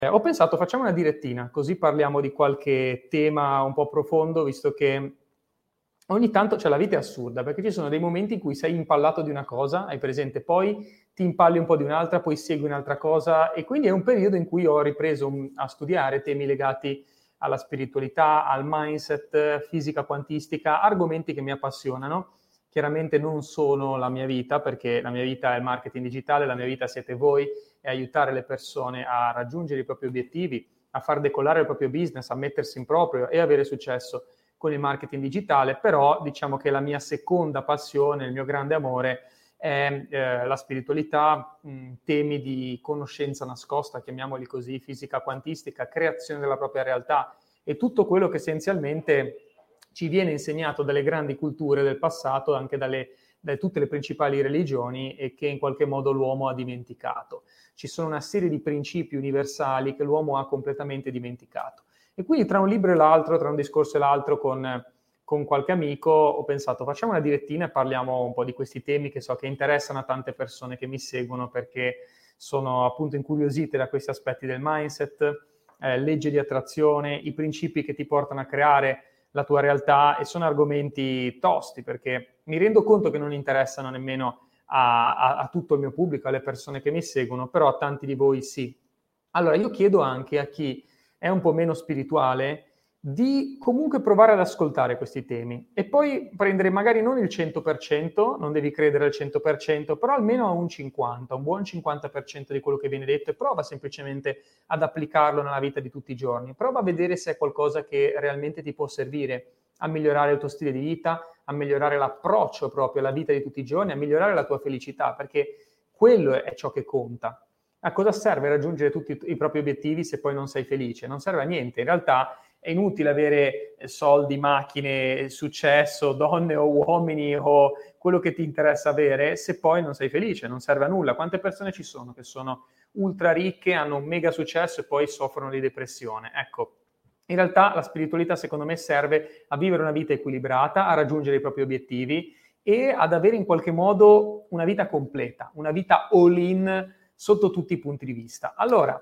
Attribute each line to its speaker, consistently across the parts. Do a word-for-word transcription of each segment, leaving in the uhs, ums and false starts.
Speaker 1: Eh, ho pensato facciamo una direttina, così parliamo di qualche tema un po' profondo, visto che ogni tanto, cioè la vita è assurda, perché ci sono dei momenti in cui sei impallato di una cosa, hai presente, poi ti impalli un po' di un'altra, poi segui un'altra cosa, e quindi è un periodo in cui ho ripreso un- a studiare temi legati alla spiritualità, al mindset, fisica quantistica, argomenti che mi appassionano. Chiaramente non sono la mia vita, perché la mia vita è il marketing digitale, la mia vita siete voi, è aiutare le persone a raggiungere i propri obiettivi, a far decollare il proprio business, a mettersi in proprio e avere successo con il marketing digitale. Però diciamo che la mia seconda passione, il mio grande amore è eh, la spiritualità, mh, temi di conoscenza nascosta, chiamiamoli così, fisica quantistica, creazione della propria realtà e tutto quello che essenzialmente ci viene insegnato dalle grandi culture del passato, anche dalle, da tutte le principali religioni, e che in qualche modo l'uomo ha dimenticato. Ci sono una serie di principi universali che l'uomo ha completamente dimenticato. E quindi tra un libro e l'altro, tra un discorso e l'altro, con, con qualche amico, ho pensato facciamo una direttina e parliamo un po' di questi temi che so che interessano a tante persone che mi seguono, perché sono appunto incuriosite da questi aspetti del mindset, eh, legge di attrazione, i principi che ti portano a creare la tua realtà, e sono argomenti tosti perché mi rendo conto che non interessano nemmeno a, a, a tutto il mio pubblico, alle persone che mi seguono, però a tanti di voi sì. Allora io chiedo anche a chi è un po' meno spirituale di comunque provare ad ascoltare questi temi e poi prendere magari non il cento per cento, non devi credere al cento per cento, però almeno a un cinquanta, un buon cinquanta per cento di quello che viene detto, e prova semplicemente ad applicarlo nella vita di tutti i giorni. Prova a vedere se è qualcosa che realmente ti può servire a migliorare il tuo stile di vita, a migliorare l'approccio proprio alla vita di tutti i giorni, a migliorare la tua felicità, perché quello è ciò che conta. A cosa serve raggiungere tutti i propri obiettivi se poi non sei felice? Non serve a niente. In realtà è inutile avere soldi, macchine, successo, donne o uomini o quello che ti interessa avere se poi non sei felice, non serve a nulla. Quante persone ci sono che sono ultra ricche, hanno un mega successo e poi soffrono di depressione? Ecco, in realtà la spiritualità secondo me serve a vivere una vita equilibrata, a raggiungere i propri obiettivi e ad avere in qualche modo una vita completa, una vita all-in sotto tutti i punti di vista. Allora,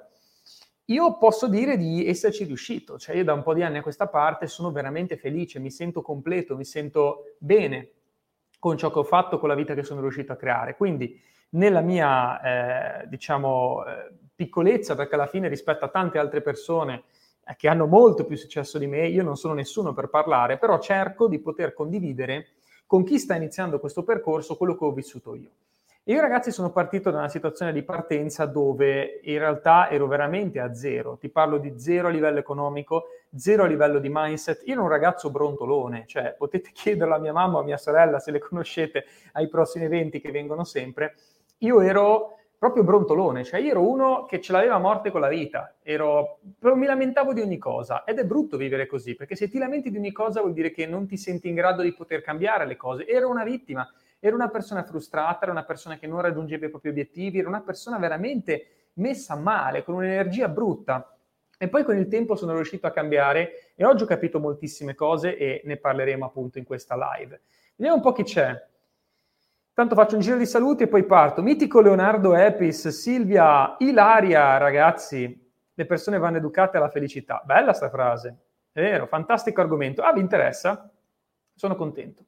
Speaker 1: io posso dire di esserci riuscito, cioè io da un po' di anni a questa parte sono veramente felice, mi sento completo, mi sento bene con ciò che ho fatto, con la vita che sono riuscito a creare. Quindi nella mia, eh, diciamo, eh, piccolezza, perché alla fine rispetto a tante altre persone eh, che hanno molto più successo di me, io non sono nessuno per parlare, però cerco di poter condividere con chi sta iniziando questo percorso quello che ho vissuto io. Io ragazzi sono partito da una situazione di partenza dove in realtà ero veramente a zero, ti parlo di zero a livello economico, zero a livello di mindset. Io ero un ragazzo brontolone, cioè potete chiederlo a mia mamma o a mia sorella se le conoscete ai prossimi eventi che vengono sempre. Io ero proprio brontolone, cioè io ero uno che ce l'aveva a morte con la vita, ero, però mi lamentavo di ogni cosa, ed è brutto vivere così, perché se ti lamenti di ogni cosa vuol dire che non ti senti in grado di poter cambiare le cose. Ero una vittima. Era una persona frustrata, era una persona che non raggiungeva i propri obiettivi, era una persona veramente messa male, con un'energia brutta. E poi con il tempo sono riuscito a cambiare e oggi ho capito moltissime cose e ne parleremo appunto in questa live. Vediamo un po' chi c'è. Tanto faccio un giro di saluti e poi parto. Mitico Leonardo Epis, Silvia, Ilaria, ragazzi, le persone vanno educate alla felicità. Bella sta frase, è vero, fantastico argomento. Ah, vi interessa? Sono contento.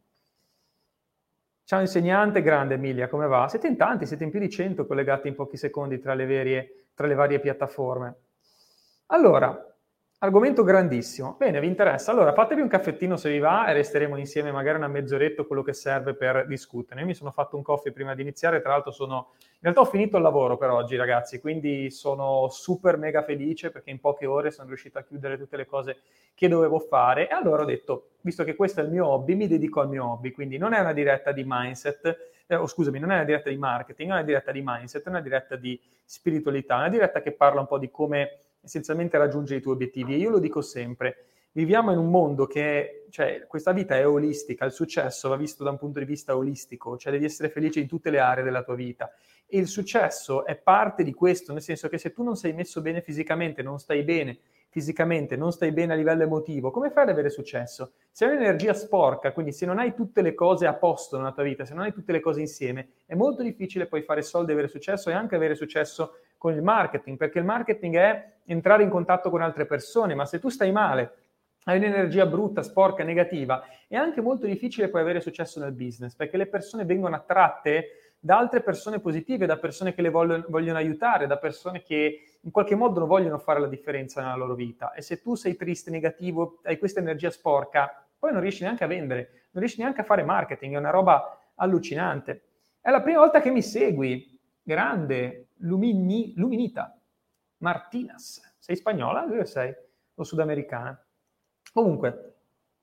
Speaker 1: Ciao insegnante, grande Emilia, come va? Siete in tanti, siete in più di cento collegati in pochi secondi tra le, varie, tra le varie piattaforme. Allora, argomento grandissimo. Bene, vi interessa? Allora, fatevi un caffettino se vi va e resteremo insieme magari una mezz'oretta, quello che serve per discutere. Io mi sono fatto un coffee prima di iniziare, tra l'altro sono... In realtà ho finito il lavoro per oggi, ragazzi, quindi sono super mega felice perché in poche ore sono riuscito a chiudere tutte le cose che dovevo fare. E allora ho detto, visto che questo è il mio hobby, mi dedico al mio hobby. Quindi non è una diretta di mindset, eh, oh, scusami, non è una diretta di marketing, è una diretta di mindset, è una diretta di spiritualità, una diretta che parla un po' di come essenzialmente raggiungere i tuoi obiettivi. E io lo dico sempre, viviamo in un mondo che, cioè, questa vita è olistica, il successo va visto da un punto di vista olistico, cioè devi essere felice in tutte le aree della tua vita. E il successo è parte di questo, nel senso che se tu non sei messo bene fisicamente, non stai bene fisicamente, non stai bene a livello emotivo, come fai ad avere successo? Se hai un'energia sporca, quindi se non hai tutte le cose a posto nella tua vita, se non hai tutte le cose insieme, è molto difficile poi fare soldi e avere successo e anche avere successo con il marketing, perché il marketing è entrare in contatto con altre persone, ma se tu stai male, hai un'energia brutta, sporca, negativa, è anche molto difficile poi avere successo nel business, perché le persone vengono attratte da altre persone positive, da persone che le vogliono, vogliono aiutare, da persone che in qualche modo vogliono fare la differenza nella loro vita. E se tu sei triste, negativo, hai questa energia sporca, poi non riesci neanche a vendere, non riesci neanche a fare marketing, è una roba allucinante. È la prima volta che mi segui, grande, Lumini, Luminita, Martinas, sei spagnola? Dove sei? O sudamericana? Comunque,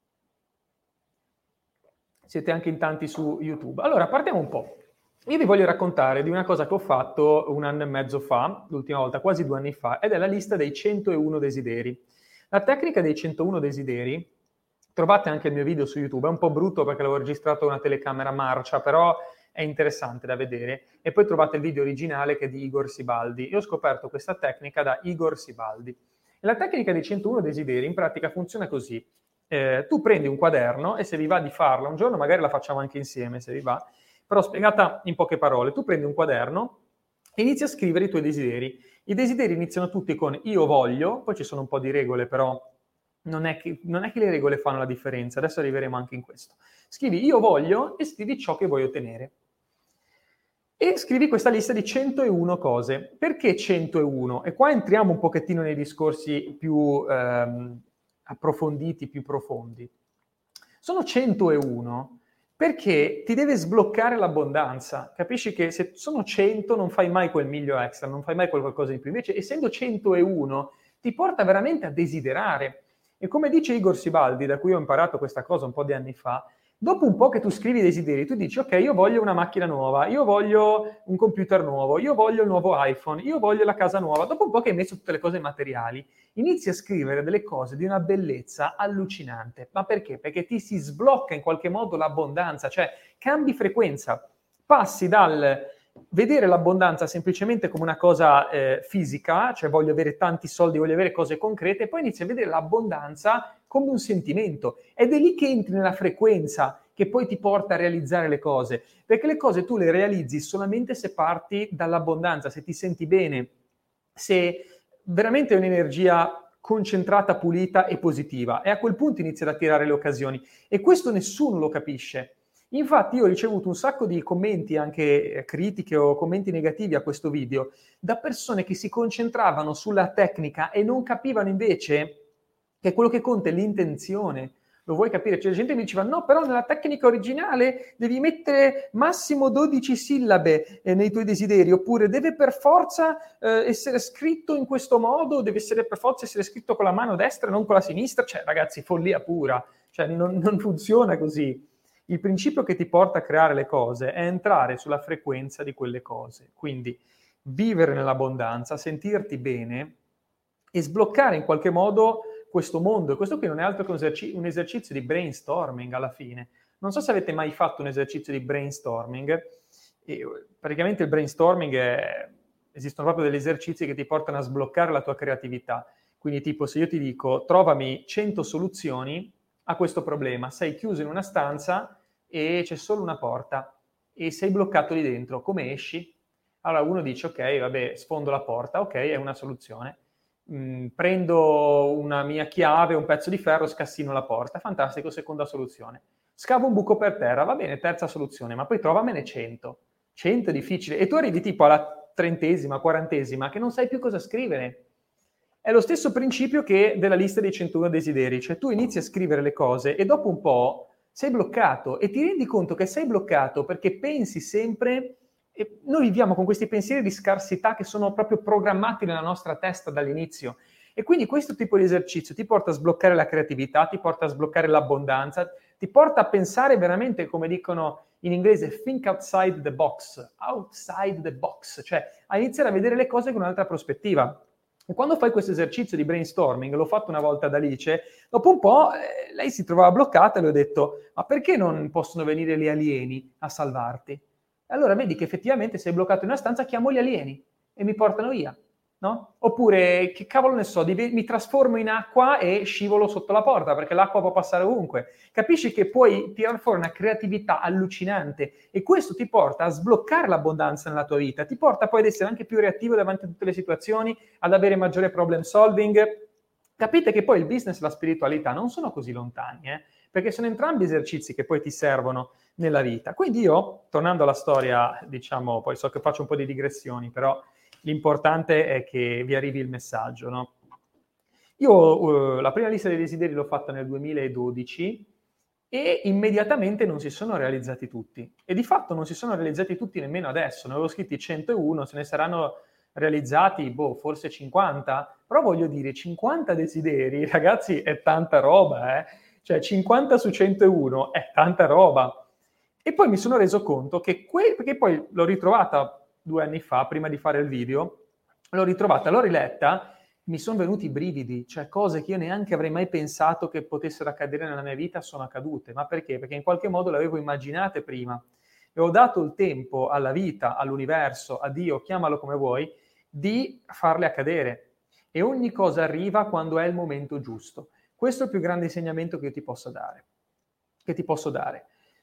Speaker 1: siete anche in tanti su YouTube. Allora, partiamo un po'. Io vi voglio raccontare di una cosa che ho fatto un anno e mezzo fa, l'ultima volta, quasi due anni fa, ed è la lista dei centouno desideri. La tecnica dei centouno desideri, trovate anche il mio video su YouTube, è un po' brutto perché l'avevo registrato con una telecamera marcia, però è interessante da vedere, e poi trovate il video originale che è di Igor Sibaldi. Io ho scoperto questa tecnica da Igor Sibaldi. E la tecnica dei centouno desideri in pratica funziona così. Eh, tu prendi un quaderno e se vi va di farla, un giorno magari la facciamo anche insieme se vi va, però spiegata in poche parole, tu prendi un quaderno e inizi a scrivere i tuoi desideri. I desideri iniziano tutti con io voglio, poi ci sono un po' di regole, però non è che, non è che le regole fanno la differenza, adesso arriveremo anche in questo. Scrivi io voglio e scrivi ciò che vuoi ottenere. E scrivi questa lista di centouno cose. Perché centouno? E qua entriamo un pochettino nei discorsi più ehm, approfonditi, più profondi. Sono centouno perché ti deve sbloccare l'abbondanza. Capisci che se sono cento non fai mai quel miglio extra, non fai mai quel qualcosa in più. Invece, essendo centouno, ti porta veramente a desiderare. E come dice Igor Sibaldi, da cui ho imparato questa cosa un po' di anni fa, dopo un po' che tu scrivi i desideri, tu dici ok, io voglio una macchina nuova, io voglio un computer nuovo, io voglio il nuovo iPhone, io voglio la casa nuova. Dopo un po' che hai messo tutte le cose materiali, inizi a scrivere delle cose di una bellezza allucinante. Ma perché? Perché ti si sblocca in qualche modo l'abbondanza, cioè cambi frequenza, passi dal vedere l'abbondanza semplicemente come una cosa eh, fisica, cioè voglio avere tanti soldi, voglio avere cose concrete, e poi inizi a vedere l'abbondanza come un sentimento. Ed è lì che entri nella frequenza che poi ti porta a realizzare le cose, perché le cose tu le realizzi solamente se parti dall'abbondanza, se ti senti bene, se veramente hai un'energia concentrata, pulita e positiva, e a quel punto inizi ad attirare le occasioni. E questo nessuno lo capisce. Infatti io ho ricevuto un sacco di commenti, anche critiche o commenti negativi a questo video, da persone che si concentravano sulla tecnica e non capivano invece che quello che conta è l'intenzione. Lo vuoi capire? C'è gente che mi diceva no, però nella tecnica originale devi mettere massimo dodici sillabe eh, nei tuoi desideri, oppure deve per forza eh, essere scritto in questo modo, deve essere per forza essere scritto con la mano destra e non con la sinistra. Cioè ragazzi, follia pura, cioè non, non funziona così. Il principio che ti porta a creare le cose è entrare sulla frequenza di quelle cose, quindi vivere nell'abbondanza, sentirti bene e sbloccare in qualche modo questo mondo. E questo qui non è altro che un, eserci- un esercizio di brainstorming alla fine. Non so se avete mai fatto un esercizio di brainstorming. E praticamente il brainstorming è... esistono proprio degli esercizi che ti portano a sbloccare la tua creatività. Quindi tipo se io ti dico trovami cento soluzioni a questo problema, sei chiuso in una stanza e c'è solo una porta e sei bloccato lì dentro, come esci? Allora uno dice ok, vabbè, sfondo la porta, ok, è una soluzione. Mm, prendo una mia chiave, un pezzo di ferro, scassino la porta, fantastico, seconda soluzione. Scavo un buco per terra, va bene, terza soluzione, ma poi trovamene cento. cento è difficile e tu arrivi tipo alla trentesima, quarantesima che non sai più cosa scrivere. È lo stesso principio che della lista dei centouno desideri, cioè tu inizi a scrivere le cose e dopo un po' sei bloccato e ti rendi conto che sei bloccato perché pensi sempre, e noi viviamo con questi pensieri di scarsità che sono proprio programmati nella nostra testa dall'inizio. E quindi questo tipo di esercizio ti porta a sbloccare la creatività, ti porta a sbloccare l'abbondanza, ti porta a pensare veramente, come dicono in inglese, think outside the box, outside the box, cioè a iniziare a vedere le cose con un'altra prospettiva. E quando fai questo esercizio di brainstorming, l'ho fatto una volta ad Alice, dopo un po' eh, lei si trovava bloccata e le ho detto ma perché non possono venire gli alieni a salvarti? E allora vedi che effettivamente sei bloccato in una stanza, chiamo gli alieni e mi portano via. no? Oppure, che cavolo ne so, div- mi trasformo in acqua e scivolo sotto la porta, perché l'acqua può passare ovunque. Capisci che puoi tirare fuori una creatività allucinante e questo ti porta a sbloccare l'abbondanza nella tua vita, ti porta poi ad essere anche più reattivo davanti a tutte le situazioni, ad avere maggiore problem solving. Capite che poi il business e la spiritualità non sono così lontani, eh? Perché sono entrambi esercizi che poi ti servono nella vita. Quindi io, tornando alla storia, diciamo, poi so che faccio un po' di digressioni, però l'importante è che vi arrivi il messaggio, no? Io uh, la prima lista dei desideri l'ho fatta nel duemiladodici e immediatamente non si sono realizzati tutti. E di fatto non si sono realizzati tutti nemmeno adesso. Ne avevo scritti centouno, se ne saranno realizzati, boh, forse cinquanta. Però voglio dire, cinquanta desideri, ragazzi, è tanta roba, eh? Cioè cinquanta su centouno è tanta roba. E poi mi sono reso conto che, que- perché poi l'ho ritrovata due anni fa, prima di fare il video, l'ho ritrovata, l'ho riletta, mi sono venuti i brividi, cioè cose che io neanche avrei mai pensato che potessero accadere nella mia vita sono accadute. Ma perché? Perché in qualche modo le avevo immaginate prima e ho dato il tempo alla vita, all'universo, a Dio, chiamalo come vuoi, di farle accadere. E ogni cosa arriva quando è il momento giusto. Questo è il più grande insegnamento che io ti posso dare. Che ti posso dare.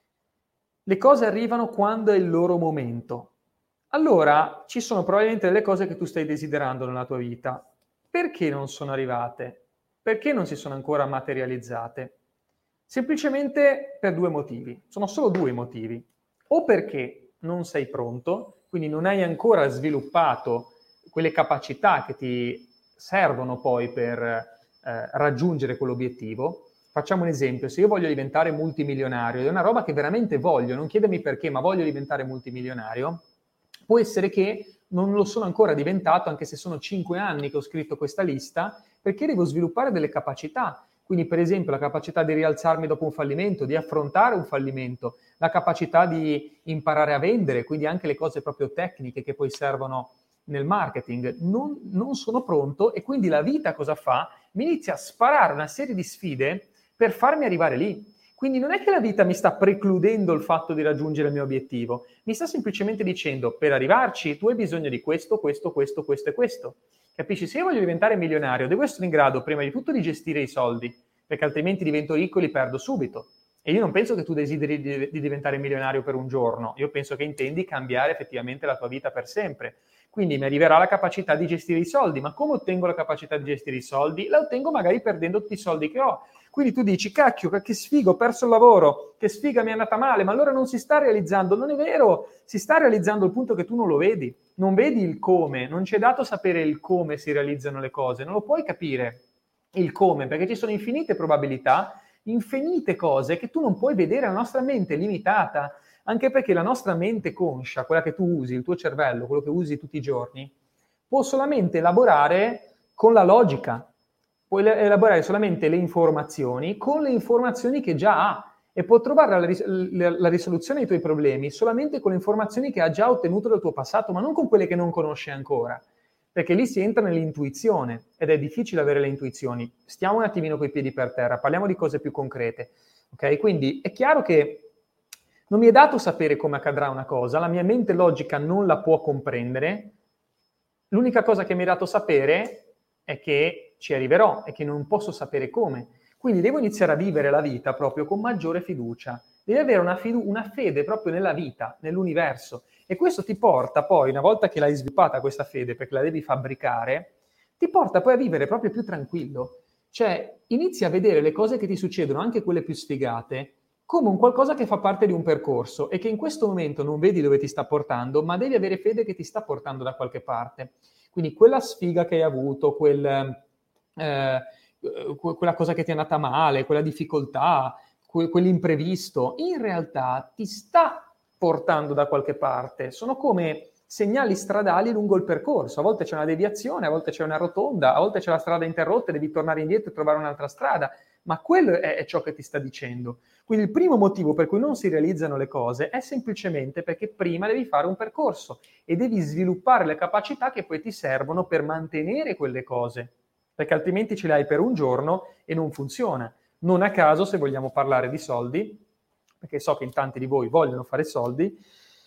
Speaker 1: Le cose arrivano quando è il loro momento. Allora, ci sono probabilmente delle cose che tu stai desiderando nella tua vita. Perché non sono arrivate? Perché non si sono ancora materializzate? Semplicemente per due motivi. Sono solo due motivi. O perché non sei pronto, quindi non hai ancora sviluppato quelle capacità che ti servono poi per eh, raggiungere quell'obiettivo. Facciamo un esempio, se io voglio diventare multimilionario, ed è una roba che veramente voglio, non chiedermi perché, ma voglio diventare multimilionario, può essere che non lo sono ancora diventato, anche se sono cinque anni che ho scritto questa lista, perché devo sviluppare delle capacità. Quindi, per esempio, la capacità di rialzarmi dopo un fallimento, di affrontare un fallimento, la capacità di imparare a vendere, quindi anche le cose proprio tecniche che poi servono nel marketing. Non, non sono pronto e quindi la vita cosa fa? Mi inizia a sparare una serie di sfide per farmi arrivare lì. Quindi non è che la vita mi sta precludendo il fatto di raggiungere il mio obiettivo, mi sta semplicemente dicendo, per arrivarci tu hai bisogno di questo, questo, questo, questo e questo. Capisci? Se io voglio diventare milionario, devo essere in grado prima di tutto di gestire i soldi, perché altrimenti divento ricco e li perdo subito. E io non penso che tu desideri di, di diventare milionario per un giorno, io penso che intendi cambiare effettivamente la tua vita per sempre. Quindi mi arriverà la capacità di gestire i soldi, ma come ottengo la capacità di gestire i soldi? La ottengo magari perdendo tutti i soldi che ho. Quindi tu dici, cacchio, che sfigo, ho perso il lavoro, che sfiga, mi è andata male, ma allora non si sta realizzando. Non è vero, si sta realizzando il punto che tu non lo vedi, non vedi il come, non ci è dato sapere il come si realizzano le cose, non lo puoi capire il come, perché ci sono infinite probabilità, infinite cose che tu non puoi vedere, la nostra mente è limitata, anche perché la nostra mente conscia, quella che tu usi, il tuo cervello, quello che usi tutti i giorni, può solamente elaborare con la logica, puoi elaborare solamente le informazioni con le informazioni che già ha e può trovare la, ris- la risoluzione ai tuoi problemi solamente con le informazioni che ha già ottenuto dal tuo passato, ma non con quelle che non conosce ancora, perché lì si entra nell'intuizione ed è difficile avere le intuizioni. Stiamo un attimino coi piedi per terra, parliamo di cose più concrete, ok? Quindi è chiaro che non mi è dato sapere come accadrà una cosa, la mia mente logica non la può comprendere, l'unica cosa che mi è dato sapere è che ci arriverò e che non posso sapere come. Quindi devo iniziare a vivere la vita proprio con maggiore fiducia. Devi avere una, fidu- una fede proprio nella vita, nell'universo. E questo ti porta poi, una volta che l'hai sviluppata questa fede, perché la devi fabbricare, ti porta poi a vivere proprio più tranquillo. Cioè, inizi a vedere le cose che ti succedono, anche quelle più sfigate, come un qualcosa che fa parte di un percorso e che in questo momento non vedi dove ti sta portando, ma devi avere fede che ti sta portando da qualche parte. Quindi quella sfiga che hai avuto, quel, eh, quella cosa che ti è andata male, quella difficoltà, que- quell'imprevisto, in realtà ti sta portando da qualche parte. Sono come segnali stradali lungo il percorso. A volte c'è una deviazione, a volte c'è una rotonda, a volte c'è la strada interrotta e devi tornare indietro e trovare un'altra strada. Ma quello è, è ciò che ti sta dicendo. Quindi il primo motivo per cui non si realizzano le cose è semplicemente perché prima devi fare un percorso e devi sviluppare le capacità che poi ti servono per mantenere quelle cose, perché altrimenti ce le hai per un giorno e non funziona. Non a caso, se vogliamo parlare di soldi, perché so che in tanti di voi vogliono fare soldi,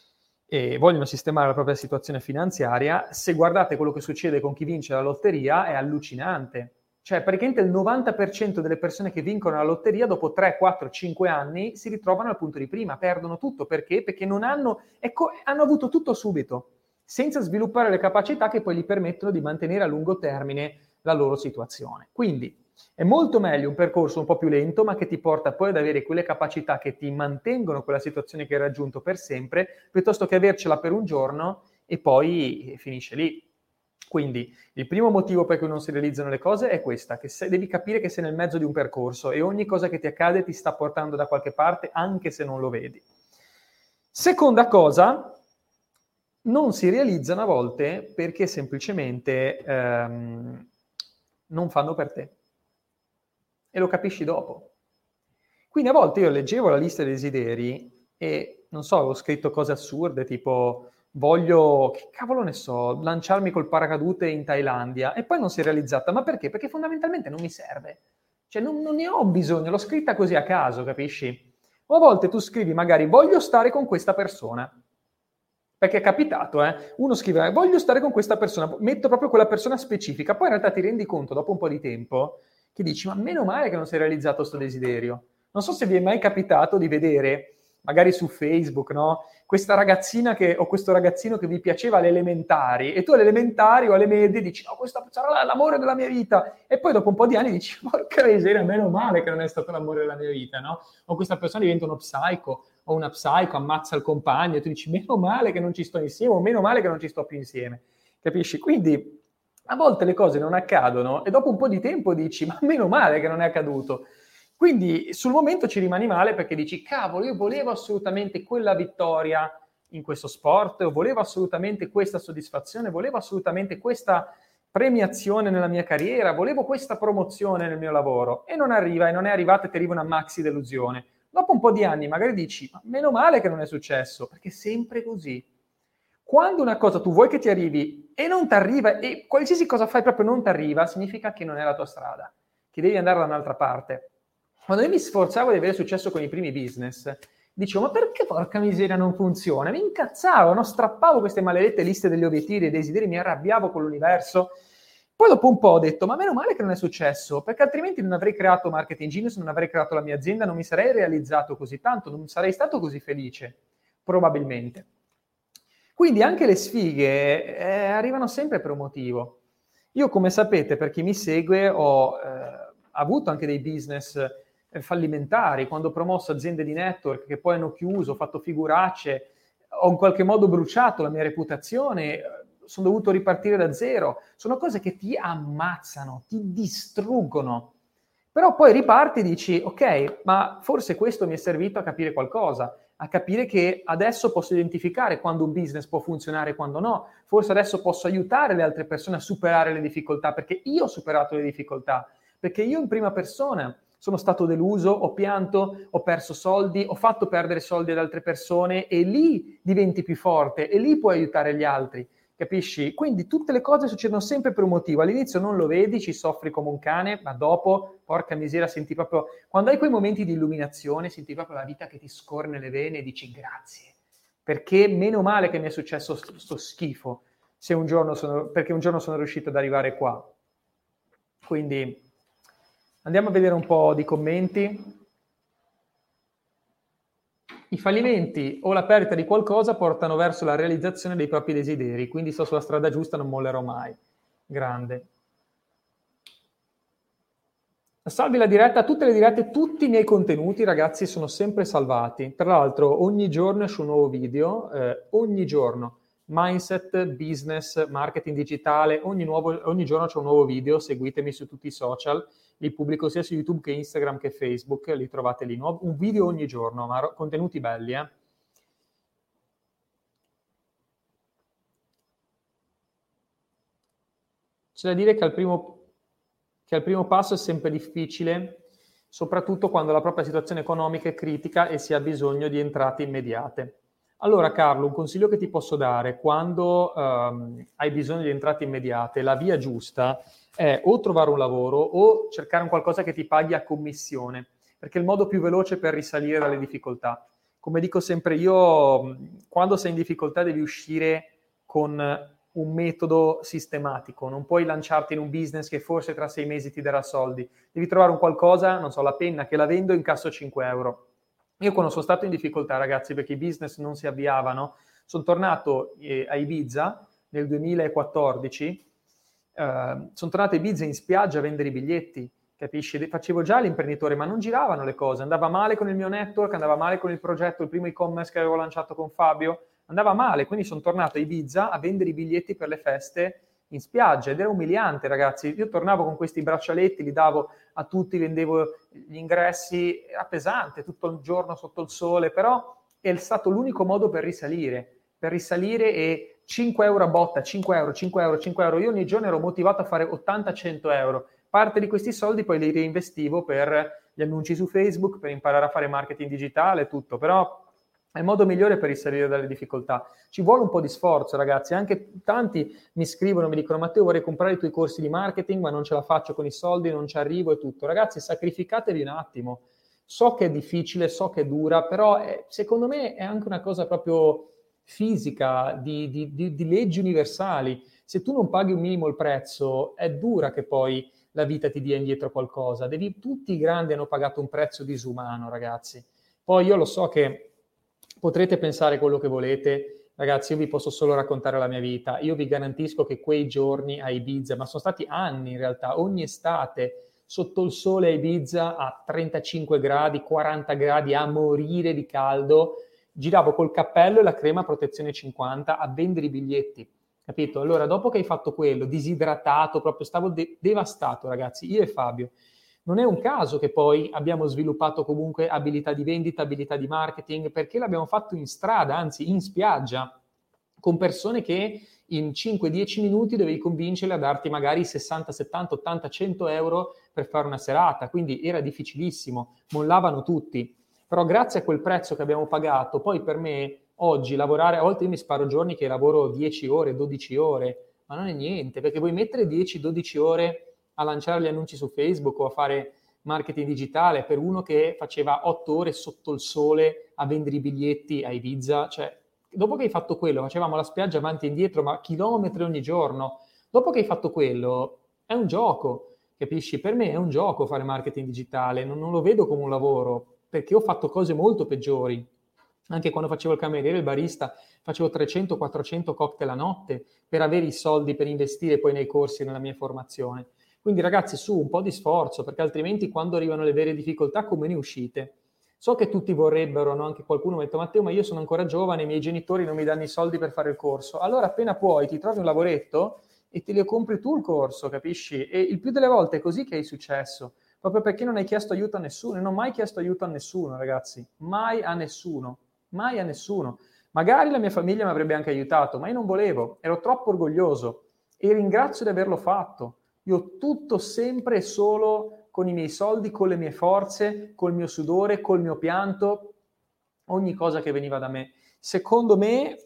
Speaker 1: e vogliono sistemare la propria situazione finanziaria. Se guardate quello che succede con chi vince la lotteria è allucinante. Cioè, praticamente il novanta per cento delle persone che vincono la lotteria dopo tre, quattro, cinque anni si ritrovano al punto di prima, perdono tutto. Perché? Perché non hanno, ecco, hanno avuto tutto subito, senza sviluppare le capacità che poi gli permettono di mantenere a lungo termine la loro situazione. Quindi è molto meglio un percorso un po' più lento, ma che ti porta poi ad avere quelle capacità che ti mantengono quella situazione che hai raggiunto per sempre, piuttosto che avercela per un giorno e poi finisce lì. Quindi il primo motivo per cui non si realizzano le cose è questa, che se, devi capire che sei nel mezzo di un percorso e ogni cosa che ti accade ti sta portando da qualche parte, anche se non lo vedi. Seconda cosa, non si realizzano a volte perché semplicemente ehm, non fanno per te. E lo capisci dopo. Quindi a volte io leggevo la lista dei desideri e, non so, avevo scritto cose assurde, tipo voglio, che cavolo ne so, lanciarmi col paracadute in Thailandia, e poi non si è realizzata. Ma perché? Perché fondamentalmente non mi serve. Cioè non, non ne ho bisogno, l'ho scritta così a caso, capisci? O a volte tu scrivi magari voglio stare con questa persona. Perché è capitato, eh? Uno scrive voglio stare con questa persona, metto proprio quella persona specifica, poi in realtà ti rendi conto dopo un po' di tempo che dici ma meno male che non si è realizzato questo desiderio. Non so se vi è mai capitato di vedere, magari su Facebook, no? Questa ragazzina che, o questo ragazzino che vi piaceva alle elementari, e tu alle elementari o alle medie dici no, questo sarà l'amore della mia vita, e poi dopo un po' di anni dici porca miseria, meno male che non è stato l'amore della mia vita, no? O questa persona diventa uno psycho, o una psycho, ammazza il compagno, e tu dici meno male che non ci sto insieme, o meno male che non ci sto più insieme, capisci? Quindi a volte le cose non accadono e dopo un po' di tempo dici ma meno male che non è accaduto. Quindi sul momento ci rimani male perché dici cavolo, io volevo assolutamente quella vittoria in questo sport, o volevo assolutamente questa soddisfazione, volevo assolutamente questa premiazione nella mia carriera, volevo questa promozione nel mio lavoro, e non arriva, e non è arrivata, e ti arriva una maxi delusione. Dopo un po' di anni magari dici ma meno male che non è successo, perché è sempre così. Quando una cosa tu vuoi che ti arrivi e non ti arriva, e qualsiasi cosa fai proprio non ti arriva, significa che non è la tua strada, che devi andare da un'altra parte. Quando io mi sforzavo di avere successo con i primi business, dicevo ma perché porca miseria non funziona? Mi incazzavo, no? Strappavo queste maledette liste degli obiettivi e desideri, mi arrabbiavo con l'universo. Poi dopo un po' ho detto ma meno male che non è successo, perché altrimenti non avrei creato Marketing Genius, non avrei creato la mia azienda, non mi sarei realizzato così tanto, non sarei stato così felice, probabilmente. Quindi anche le sfighe eh, arrivano sempre per un motivo. Io, come sapete, per chi mi segue, ho eh, avuto anche dei business eh, fallimentari, quando ho promosso aziende di network che poi hanno chiuso, ho fatto figuracce, ho in qualche modo bruciato la mia reputazione, sono dovuto ripartire da zero. Sono cose che ti ammazzano, ti distruggono. Però poi riparti e dici, ok, ma forse questo mi è servito a capire qualcosa, a capire che adesso posso identificare quando un business può funzionare e quando no. Forse adesso posso aiutare le altre persone a superare le difficoltà, perché io ho superato le difficoltà, perché io in prima persona sono stato deluso, ho pianto, ho perso soldi, ho fatto perdere soldi ad altre persone, e lì diventi più forte e lì puoi aiutare gli altri. Capisci? Quindi tutte le cose succedono sempre per un motivo. All'inizio non lo vedi, ci soffri come un cane, ma dopo, porca miseria, senti proprio... Quando hai quei momenti di illuminazione, senti proprio la vita che ti scorre nelle vene e dici grazie. Perché meno male che mi è successo sto, sto schifo, se un giorno sono, perché un giorno sono riuscito ad arrivare qua. Quindi andiamo a vedere un po' di commenti. I fallimenti o la perdita di qualcosa portano verso la realizzazione dei propri desideri, quindi sto sulla strada giusta, non mollerò mai. Grande. Salvi la diretta, tutte le dirette, tutti i miei contenuti, ragazzi, sono sempre salvati. Tra l'altro, ogni giorno esce un nuovo video, eh, ogni giorno. Mindset, business, marketing digitale, ogni, nuovo, ogni giorno c'è un nuovo video, seguitemi su tutti i social, li pubblico sia su YouTube che Instagram che Facebook, li trovate lì, nuovo, un video ogni giorno, ma contenuti belli, eh. C'è da dire che al primo, che al primo passo è sempre difficile, soprattutto quando la propria situazione economica è critica e si ha bisogno di entrate immediate. Allora Carlo, un consiglio che ti posso dare quando um, hai bisogno di entrate immediate, la via giusta è o trovare un lavoro o cercare un qualcosa che ti paghi a commissione, perché è il modo più veloce per risalire dalle difficoltà. come dico sempre io, quando sei in difficoltà devi uscire con un metodo sistematico, non puoi lanciarti in un business che forse tra sei mesi ti darà soldi, devi trovare un qualcosa, non so, la penna che la vendo incasso cinque euro. Io quando sono stato in difficoltà, ragazzi, perché i business non si avviavano, sono tornato eh, a Ibiza nel duemilaquattordici, eh, sono tornato a Ibiza in spiaggia a vendere i biglietti, capisci? Facevo già l'imprenditore, ma non giravano le cose, andava male con il mio network, andava male con il progetto, il primo e-commerce che avevo lanciato con Fabio, andava male, quindi sono tornato a Ibiza a vendere i biglietti per le feste in spiaggia ed era umiliante, ragazzi. Io tornavo con questi braccialetti, li davo a tutti, vendevo gli ingressi, era pesante tutto il giorno sotto il sole, però è stato l'unico modo per risalire, per risalire e cinque euro a botta, cinque euro, cinque euro, cinque euro. Io ogni giorno ero motivato a fare ottanta cento euro. Parte di questi soldi poi li reinvestivo per gli annunci su Facebook, per imparare a fare marketing digitale, tutto, però è il modo migliore per risalire dalle difficoltà. Ci vuole un po' di sforzo, ragazzi. Anche tanti mi scrivono, mi dicono: Matteo, vorrei comprare i tuoi corsi di marketing, ma non ce la faccio con i soldi, non ci arrivo e tutto. Ragazzi, sacrificatevi un attimo. So che è difficile, so che è dura, però è, secondo me è anche una cosa proprio fisica, di, di, di, di leggi universali. Se tu non paghi un minimo il prezzo, è dura che poi la vita ti dia indietro qualcosa. Devi, tutti i grandi hanno pagato un prezzo disumano, ragazzi. Poi io lo so che potrete pensare quello che volete, ragazzi, io vi posso solo raccontare la mia vita. Io vi garantisco che quei giorni a Ibiza, ma sono stati anni in realtà, ogni estate, sotto il sole a Ibiza a trentacinque gradi, quaranta gradi, a morire di caldo, giravo col cappello e la crema protezione cinquanta a vendere i biglietti, capito? Allora, dopo che hai fatto quello, disidratato, proprio stavo de- devastato, ragazzi, io e Fabio. Non è un caso che poi abbiamo sviluppato comunque abilità di vendita, abilità di marketing, perché l'abbiamo fatto in strada, anzi in spiaggia, con persone che in cinque dieci minuti dovevi convincerle a darti magari sessanta, settanta, ottanta, cento euro per fare una serata, quindi era difficilissimo, mollavano tutti. Però grazie a quel prezzo che abbiamo pagato, poi per me oggi lavorare, a volte io mi sparo giorni che lavoro dieci ore, dodici ore, ma non è niente, perché vuoi mettere dieci dodici ore a lanciare gli annunci su Facebook o a fare marketing digitale per uno che faceva otto ore sotto il sole a vendere i biglietti a Ibiza, cioè dopo che hai fatto quello, facevamo la spiaggia avanti e indietro, ma chilometri ogni giorno, dopo che hai fatto quello è un gioco, capisci? Per me è un gioco fare marketing digitale, non, non lo vedo come un lavoro, perché ho fatto cose molto peggiori. Anche quando facevo il cameriere, il barista, facevo trecento quattrocento cocktail a notte per avere i soldi per investire poi nei corsi e nella mia formazione. Quindi ragazzi, su, un po' di sforzo, perché altrimenti quando arrivano le vere difficoltà, come ne uscite? So che tutti vorrebbero, no? Anche qualcuno mi ha detto: Matteo, ma io sono ancora giovane, i miei genitori non mi danno i soldi per fare il corso. Allora appena puoi ti trovi un lavoretto e te lo compri tu il corso, capisci? E il più delle volte è così che hai successo, proprio perché non hai chiesto aiuto a nessuno. E non ho mai chiesto aiuto a nessuno, ragazzi, mai a nessuno, mai a nessuno. Magari la mia famiglia mi avrebbe anche aiutato, ma io non volevo, ero troppo orgoglioso e ringrazio di averlo fatto. Io tutto sempre e solo con i miei soldi, con le mie forze, col mio sudore, col mio pianto, ogni cosa che veniva da me. Secondo me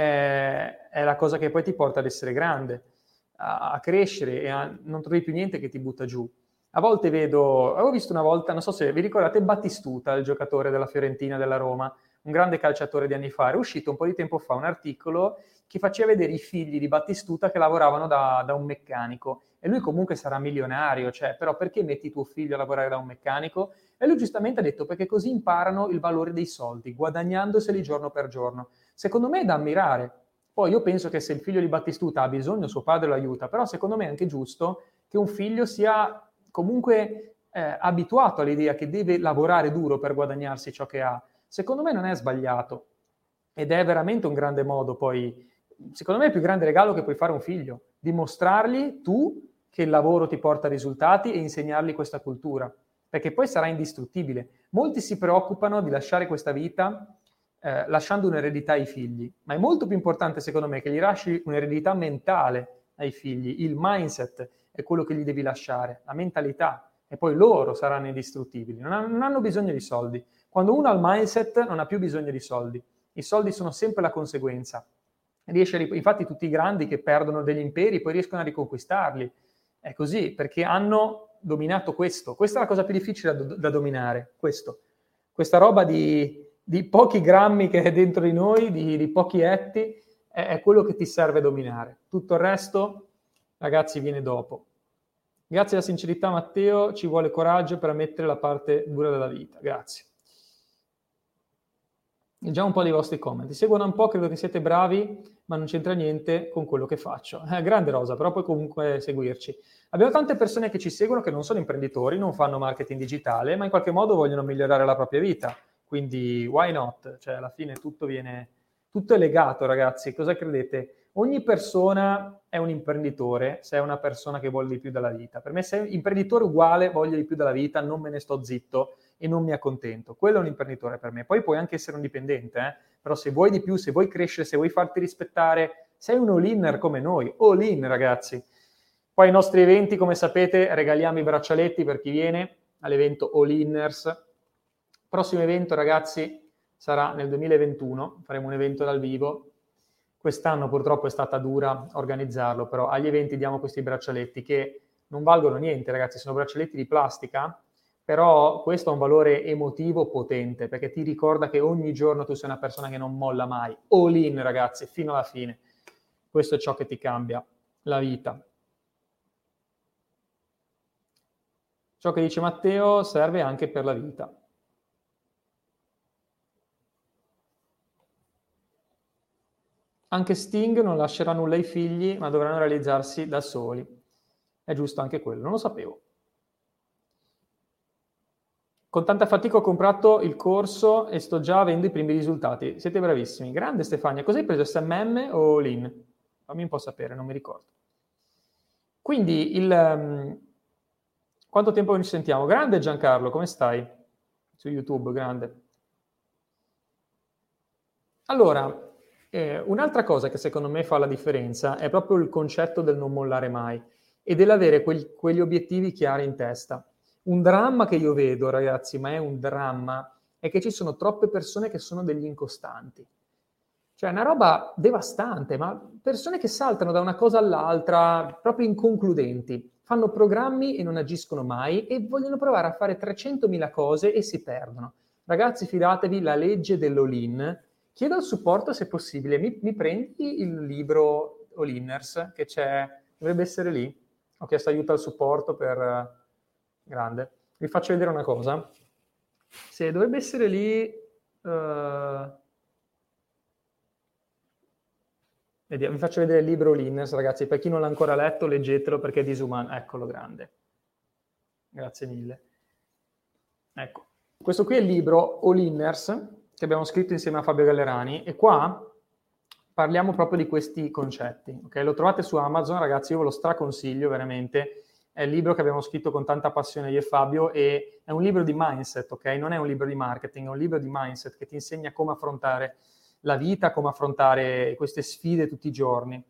Speaker 1: è, è la cosa che poi ti porta ad essere grande, a, a crescere e a non trovi più niente che ti butta giù. A volte vedo, avevo visto una volta, non so se vi ricordate, Battistuta, il giocatore della Fiorentina, della Roma, un grande calciatore di anni fa. Era uscito un po' di tempo fa un articolo che faceva vedere i figli di Battistuta che lavoravano da, da un meccanico. E lui comunque sarà milionario, cioè, però perché metti tuo figlio a lavorare da un meccanico? E lui giustamente ha detto: perché così imparano il valore dei soldi, guadagnandoseli giorno per giorno. Secondo me è da ammirare. Poi io penso che se il figlio di Battistuta ha bisogno, suo padre lo aiuta, però secondo me è anche giusto che un figlio sia comunque eh, abituato all'idea che deve lavorare duro per guadagnarsi ciò che ha. Secondo me non è sbagliato ed è veramente un grande modo poi, secondo me è il più grande regalo che puoi fare a un figlio, dimostrargli tu che il lavoro ti porta risultati e insegnargli questa cultura, perché poi sarà indistruttibile. Molti si preoccupano di lasciare questa vita eh, lasciando un'eredità ai figli, ma è molto più importante secondo me che gli lasci un'eredità mentale ai figli, il mindset è quello che gli devi lasciare, la mentalità, e poi loro saranno indistruttibili, non hanno, non hanno bisogno di soldi. Quando uno ha il mindset non ha più bisogno di soldi, i soldi sono sempre la conseguenza. Riesce a rip- Infatti tutti i grandi che perdono degli imperi poi riescono a riconquistarli, è così, perché hanno dominato questo. Questa è la cosa più difficile da, da dominare, questo. Questa roba di di pochi grammi che è dentro di noi, di, di pochi etti, è, è quello che ti serve dominare. Tutto il resto, ragazzi, viene dopo. Grazie alla sincerità, Matteo, ci vuole coraggio per ammettere la parte dura della vita. Grazie. Già un po' dei vostri comment. Ti seguono un po', credo che siete bravi, ma non c'entra niente con quello che faccio. Eh, grande Rosa, però puoi comunque seguirci. Abbiamo tante persone che ci seguono che non sono imprenditori, non fanno marketing digitale, ma in qualche modo vogliono migliorare la propria vita. Quindi why not? Cioè alla fine tutto viene, tutto è legato, ragazzi. Cosa credete? Ogni persona è un imprenditore se è una persona che vuole di più dalla vita. Per me se è imprenditore uguale, voglio di più dalla vita, non me ne sto zitto e non mi accontento. Quello è un imprenditore per me. Poi puoi anche essere un dipendente, eh? Però se vuoi di più, se vuoi crescere, se vuoi farti rispettare, sei un all-inner come noi. All-in, ragazzi. Poi ai nostri eventi, come sapete, regaliamo i braccialetti per chi viene all'evento All-inners. Prossimo evento, ragazzi, sarà nel duemilaventuno. Faremo un evento dal vivo. Quest'anno purtroppo è stata dura organizzarlo, però agli eventi diamo questi braccialetti che non valgono niente, ragazzi, sono braccialetti di plastica, però questo ha un valore emotivo potente, perché ti ricorda che ogni giorno tu sei una persona che non molla mai, all in, ragazzi, fino alla fine. Questo è ciò che ti cambia la vita. Ciò che dice Matteo serve anche per la vita. Anche Sting non lascerà nulla ai figli, ma dovranno realizzarsi da soli. È giusto anche quello, non lo sapevo. Con tanta fatica ho comprato il corso e sto già avendo i primi risultati. Siete bravissimi. Grande Stefania, cosa hai preso? S M M o Lean? Fammi un po' sapere, non mi ricordo. Quindi, il, um, quanto tempo ci sentiamo? Grande Giancarlo, come stai? Su YouTube, grande. Allora, eh, un'altra cosa che secondo me fa la differenza è proprio il concetto del non mollare mai e dell'avere quel, quegli obiettivi chiari in testa. Un dramma che io vedo, ragazzi, ma è un dramma, è che ci sono troppe persone che sono degli incostanti. Cioè, è una roba devastante, ma persone che saltano da una cosa all'altra, proprio inconcludenti, fanno programmi e non agiscono mai e vogliono provare a fare trecentomila cose e si perdono. Ragazzi, fidatevi, la legge dell'all-in. Chiedo il supporto se possibile. Mi, mi prendi il libro All-inners che c'è, dovrebbe essere lì. Ho chiesto aiuto al supporto per... Grande. Vi faccio vedere una cosa. Se dovrebbe essere lì... Uh... Vi faccio vedere il libro All-inners, ragazzi. Per chi non l'ha ancora letto, leggetelo perché è disumano. Eccolo, grande. Grazie mille. Ecco. Questo qui è il libro All-inners che abbiamo scritto insieme a Fabio Gallerani e qua parliamo proprio di questi concetti. Okay? Lo trovate su Amazon, ragazzi, io ve lo straconsiglio veramente. È il libro che abbiamo scritto con tanta passione io e Fabio e è un libro di mindset, ok? Non è un libro di marketing, è un libro di mindset che ti insegna come affrontare la vita, come affrontare queste sfide tutti i giorni.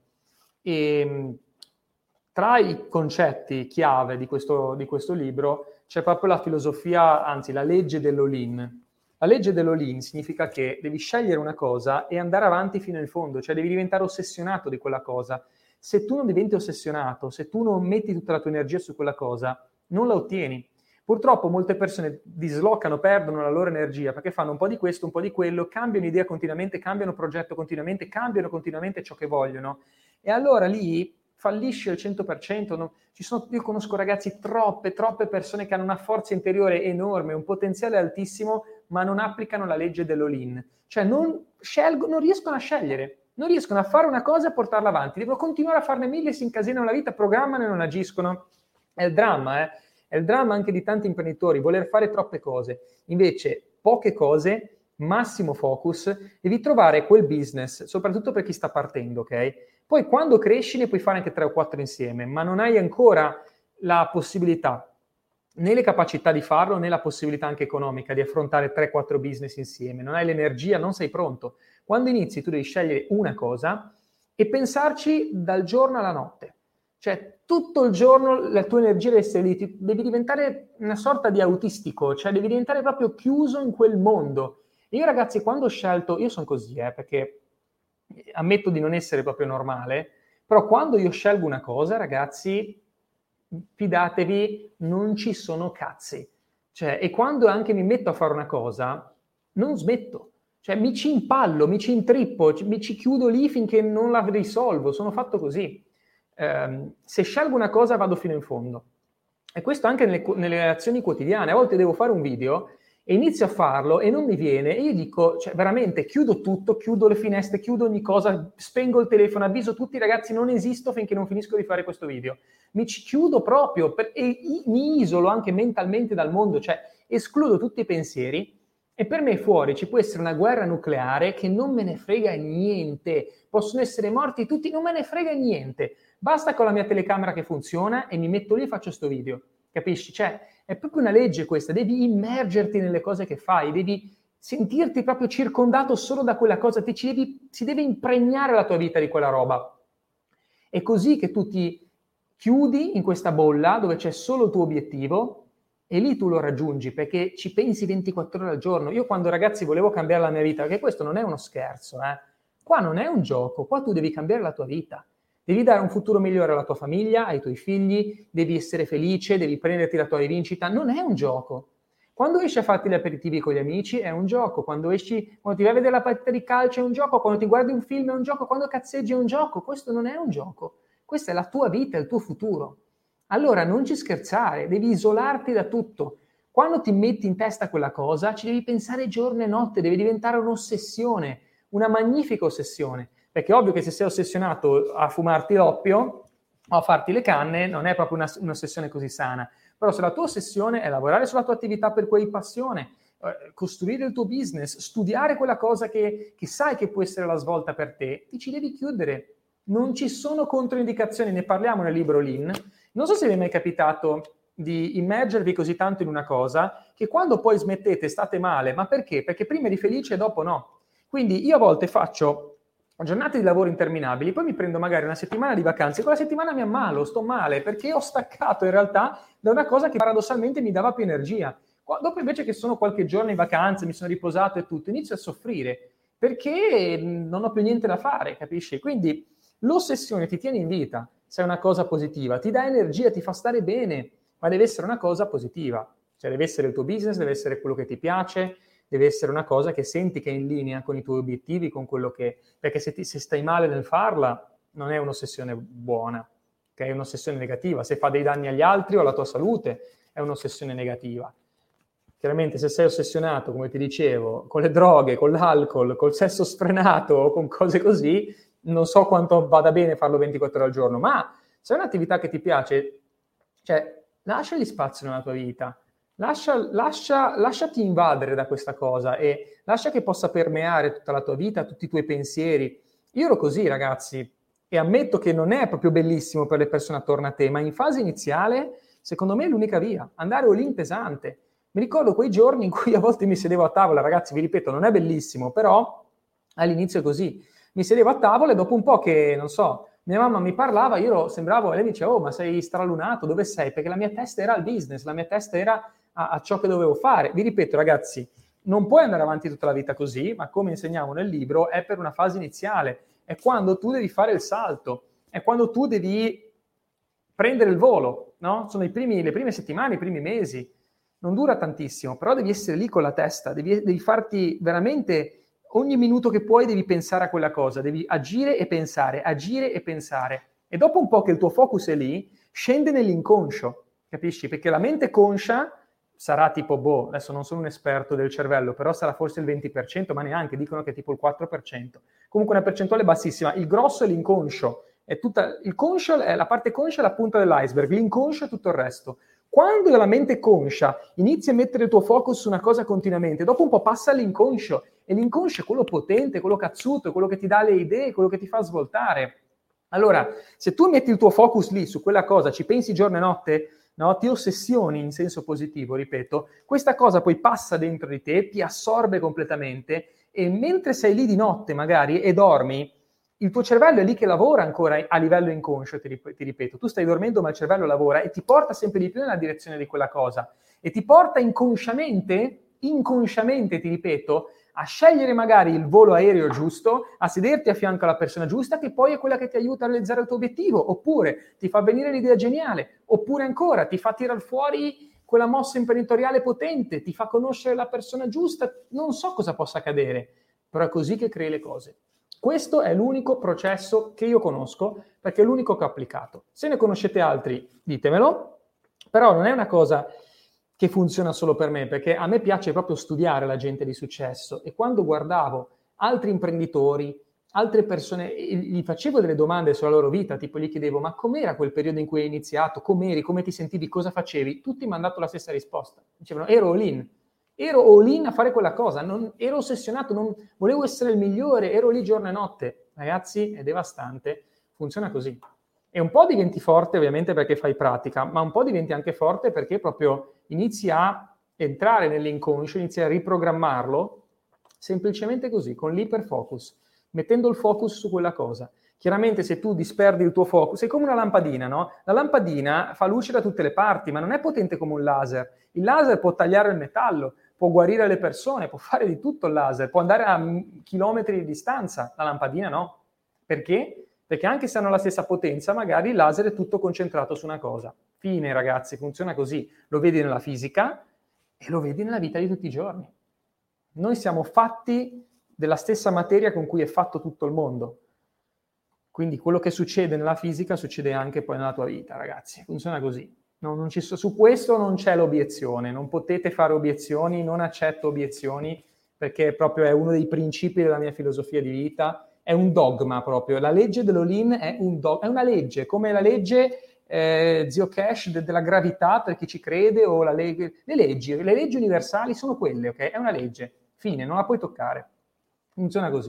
Speaker 1: E tra i concetti chiave di questo, di questo libro c'è proprio la filosofia, anzi la legge dell'all-in. La legge dell'all-in significa che devi scegliere una cosa e andare avanti fino in fondo, cioè devi diventare ossessionato di quella cosa. Se tu non diventi ossessionato, se tu non metti tutta la tua energia su quella cosa, non la ottieni. Purtroppo molte persone dislocano, perdono la loro energia perché fanno un po' di questo, un po' di quello, cambiano idea continuamente, cambiano progetto continuamente, cambiano continuamente ciò che vogliono. E allora lì fallisce al cento per cento. No? Ci sono, io conosco ragazzi, troppe, troppe persone che hanno una forza interiore enorme, un potenziale altissimo, ma non applicano la legge dell'all-in. Cioè non, scelgo, non riescono a scegliere. Non riescono a fare una cosa e portarla avanti, devono continuare a farne mille, si incasinano la vita, programmano e non agiscono. È il dramma, eh? È il dramma anche di tanti imprenditori, voler fare troppe cose. Invece, poche cose, massimo focus, devi trovare quel business, soprattutto per chi sta partendo, ok? Poi quando cresci ne puoi fare anche tre o quattro insieme, ma non hai ancora la possibilità, né le capacità di farlo, né la possibilità anche economica di affrontare tre quattro business insieme. Non hai l'energia, non sei pronto. Quando inizi tu devi scegliere una cosa e pensarci dal giorno alla notte. Cioè tutto il giorno la tua energia deve essere lì, devi diventare una sorta di autistico, cioè devi diventare proprio chiuso in quel mondo. E io ragazzi quando ho scelto, io sono così, eh, perché ammetto di non essere proprio normale, però quando io scelgo una cosa, ragazzi, fidatevi, non ci sono cazzi. Cioè, e quando anche mi metto a fare una cosa, non smetto. Cioè mi ci impallo, mi ci intrippo, mi ci chiudo lì finché non la risolvo, sono fatto così. Eh, se scelgo una cosa vado fino in fondo. E questo anche nelle, nelle relazioni quotidiane. A volte devo fare un video e inizio a farlo e non mi viene, e io dico, cioè veramente chiudo tutto, chiudo le finestre, chiudo ogni cosa, spengo il telefono, avviso tutti i ragazzi, non esisto finché non finisco di fare questo video. Mi ci chiudo proprio per, e mi isolo anche mentalmente dal mondo, cioè escludo tutti i pensieri. E per me fuori ci può essere una guerra nucleare che non me ne frega niente, possono essere morti tutti, non me ne frega niente, basta con la mia telecamera che funziona e mi metto lì e faccio sto video, capisci? Cioè è proprio una legge questa, devi immergerti nelle cose che fai, devi sentirti proprio circondato solo da quella cosa, ti ci devi, si deve impregnare la tua vita di quella roba. È così che tu ti chiudi in questa bolla dove c'è solo il tuo obiettivo, e lì tu lo raggiungi perché ci pensi ventiquattro ore al giorno. Io quando ragazzi volevo cambiare la mia vita, perché questo non è uno scherzo, eh? Qua non è un gioco, qua tu devi cambiare la tua vita. Devi dare un futuro migliore alla tua famiglia, ai tuoi figli, devi essere felice, devi prenderti la tua rivincita. Non è un gioco. Quando esci a farti gli aperitivi con gli amici è un gioco, quando esci, quando ti vai a vedere la partita di calcio è un gioco, quando ti guardi un film è un gioco, quando cazzeggi è un gioco. Questo non è un gioco. Questa è la tua vita, è il tuo futuro. Allora non ci scherzare, devi isolarti da tutto. Quando ti metti in testa quella cosa, ci devi pensare giorno e notte, deve diventare un'ossessione, una magnifica ossessione. Perché è ovvio che se sei ossessionato a fumarti l'oppio o a farti le canne, non è proprio una, un'ossessione così sana. Però se la tua ossessione è lavorare sulla tua attività per cui hai passione, eh, costruire il tuo business, studiare quella cosa che, che sai che può essere la svolta per te, ti ci devi chiudere. Non ci sono controindicazioni, ne parliamo nel libro Lean. Non so se vi è mai capitato di immergervi così tanto in una cosa che quando poi smettete state male. Ma perché? Perché prima eri felice e dopo no. Quindi io a volte faccio giornate di lavoro interminabili, poi mi prendo magari una settimana di vacanze, quella settimana mi ammalo, sto male, perché ho staccato in realtà da una cosa che paradossalmente mi dava più energia. Dopo invece che sono qualche giorno in vacanze, mi sono riposato e tutto, inizio a soffrire, perché non ho più niente da fare, capisci? Quindi l'ossessione ti tiene in vita, se è una cosa positiva, ti dà energia, ti fa stare bene, ma deve essere una cosa positiva. Cioè deve essere il tuo business, deve essere quello che ti piace, deve essere una cosa che senti che è in linea con i tuoi obiettivi, con quello che... Perché se, ti, se stai male nel farla, non è un'ossessione buona, che è un'ossessione negativa. Se fa dei danni agli altri o alla tua salute, è un'ossessione negativa. Chiaramente se sei ossessionato, come ti dicevo, con le droghe, con l'alcol, col sesso sfrenato o con cose così, non so quanto vada bene farlo ventiquattro ore al giorno, ma se è un'attività che ti piace, cioè lasciagli spazio nella tua vita, lascia, lascia, lasciati invadere da questa cosa e lascia che possa permeare tutta la tua vita, tutti i tuoi pensieri. Io ero così, ragazzi, e ammetto che non è proprio bellissimo per le persone attorno a te, ma in fase iniziale, secondo me è l'unica via, andare all-in pesante. Mi ricordo quei giorni in cui a volte mi sedevo a tavola, ragazzi, vi ripeto, non è bellissimo, però all'inizio è così. Mi sedevo a tavola e dopo un po' che, non so, mia mamma mi parlava, io sembravo, e lei mi diceva, oh, ma sei stralunato, dove sei? Perché la mia testa era al business, la mia testa era a, a ciò che dovevo fare. Vi ripeto, ragazzi, non puoi andare avanti tutta la vita così, ma come insegniamo nel libro, è per una fase iniziale, è quando tu devi fare il salto, è quando tu devi prendere il volo, no? Sono i primi, le prime settimane, i primi mesi. Non dura tantissimo, però devi essere lì con la testa, devi, devi farti veramente, ogni minuto che puoi devi pensare a quella cosa, devi agire e pensare, agire e pensare. E dopo un po' che il tuo focus è lì, scende nell'inconscio, capisci? Perché la mente conscia sarà tipo, boh, adesso non sono un esperto del cervello, però sarà forse il venti per cento, ma neanche, dicono che è tipo il quattro per cento. Comunque una percentuale bassissima. Il grosso è l'inconscio, è tutta, il conscio è la parte conscia, è la punta dell'iceberg, l'inconscio è tutto il resto. Quando la mente conscia inizi a mettere il tuo focus su una cosa continuamente, dopo un po' passa all'inconscio, e l'inconscio è quello potente, quello cazzuto, quello che ti dà le idee, quello che ti fa svoltare. Allora, se tu metti il tuo focus lì, su quella cosa, ci pensi giorno e notte, no? Ti ossessioni in senso positivo, ripeto, questa cosa poi passa dentro di te, ti assorbe completamente, e mentre sei lì di notte magari e dormi, il tuo cervello è lì che lavora ancora a livello inconscio, ti, rip- ti ripeto. Tu stai dormendo ma il cervello lavora e ti porta sempre di più nella direzione di quella cosa. E ti porta inconsciamente, inconsciamente, ti ripeto, a scegliere magari il volo aereo giusto, a sederti a fianco alla persona giusta, che poi è quella che ti aiuta a realizzare il tuo obiettivo. Oppure ti fa venire l'idea geniale. Oppure ancora ti fa tirar fuori quella mossa imprenditoriale potente, ti fa conoscere la persona giusta, non so cosa possa accadere, però è così che crei le cose. Questo è l'unico processo che io conosco, perché è l'unico che ho applicato. Se ne conoscete altri, ditemelo, però non è una cosa che funziona solo per me, perché a me piace proprio studiare la gente di successo, e quando guardavo altri imprenditori, altre persone, gli facevo delle domande sulla loro vita, tipo gli chiedevo: ma com'era quel periodo in cui hai iniziato, com'eri, come ti sentivi, cosa facevi? Tutti mi hanno dato la stessa risposta, dicevano ero all in, ero all in a fare quella cosa, non, ero ossessionato, non, volevo essere il migliore, ero lì giorno e notte. Ragazzi, è devastante, funziona così. E un po' diventi forte ovviamente perché fai pratica, ma un po' diventi anche forte perché proprio inizi a entrare nell'inconscio, inizi a riprogrammarlo, semplicemente così, con l'iperfocus, mettendo il focus su quella cosa. Chiaramente se tu disperdi il tuo focus, è come una lampadina, no? La lampadina fa luce da tutte le parti, ma non è potente come un laser. Il laser può tagliare il metallo, può guarire le persone, può fare di tutto il laser, può andare a chilometri di distanza, la lampadina no. Perché? Perché anche se hanno la stessa potenza, magari il laser è tutto concentrato su una cosa. Fine, ragazzi, funziona così. Lo vedi nella fisica e lo vedi nella vita di tutti i giorni. Noi siamo fatti della stessa materia con cui è fatto tutto il mondo. Quindi quello che succede nella fisica succede anche poi nella tua vita, ragazzi. Funziona così. No, non ci so, su questo non c'è l'obiezione. Non potete fare obiezioni, non accetto obiezioni, perché proprio è uno dei principi della mia filosofia di vita. È un dogma proprio. La legge dell'all-in è, un do- è una legge, come la legge, eh, zio Cash, de- della gravità per chi ci crede, o la legge... Le leggi, le leggi universali sono quelle, ok? È una legge. Fine, non la puoi toccare. Funziona così.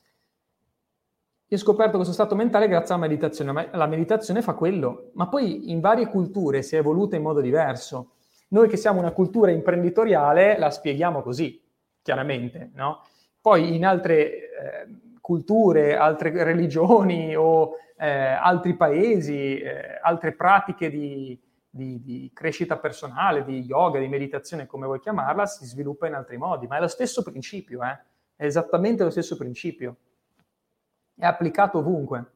Speaker 1: Io ho scoperto questo stato mentale grazie alla meditazione, ma la meditazione fa quello, ma poi in varie culture si è evoluta in modo diverso. Noi che siamo una cultura imprenditoriale la spieghiamo così, chiaramente, no? Poi in altre eh, culture, altre religioni o eh, altri paesi, eh, altre pratiche di, di, di crescita personale, di yoga, di meditazione, come vuoi chiamarla, si sviluppa in altri modi, ma è lo stesso principio, eh? È esattamente lo stesso principio. È applicato ovunque.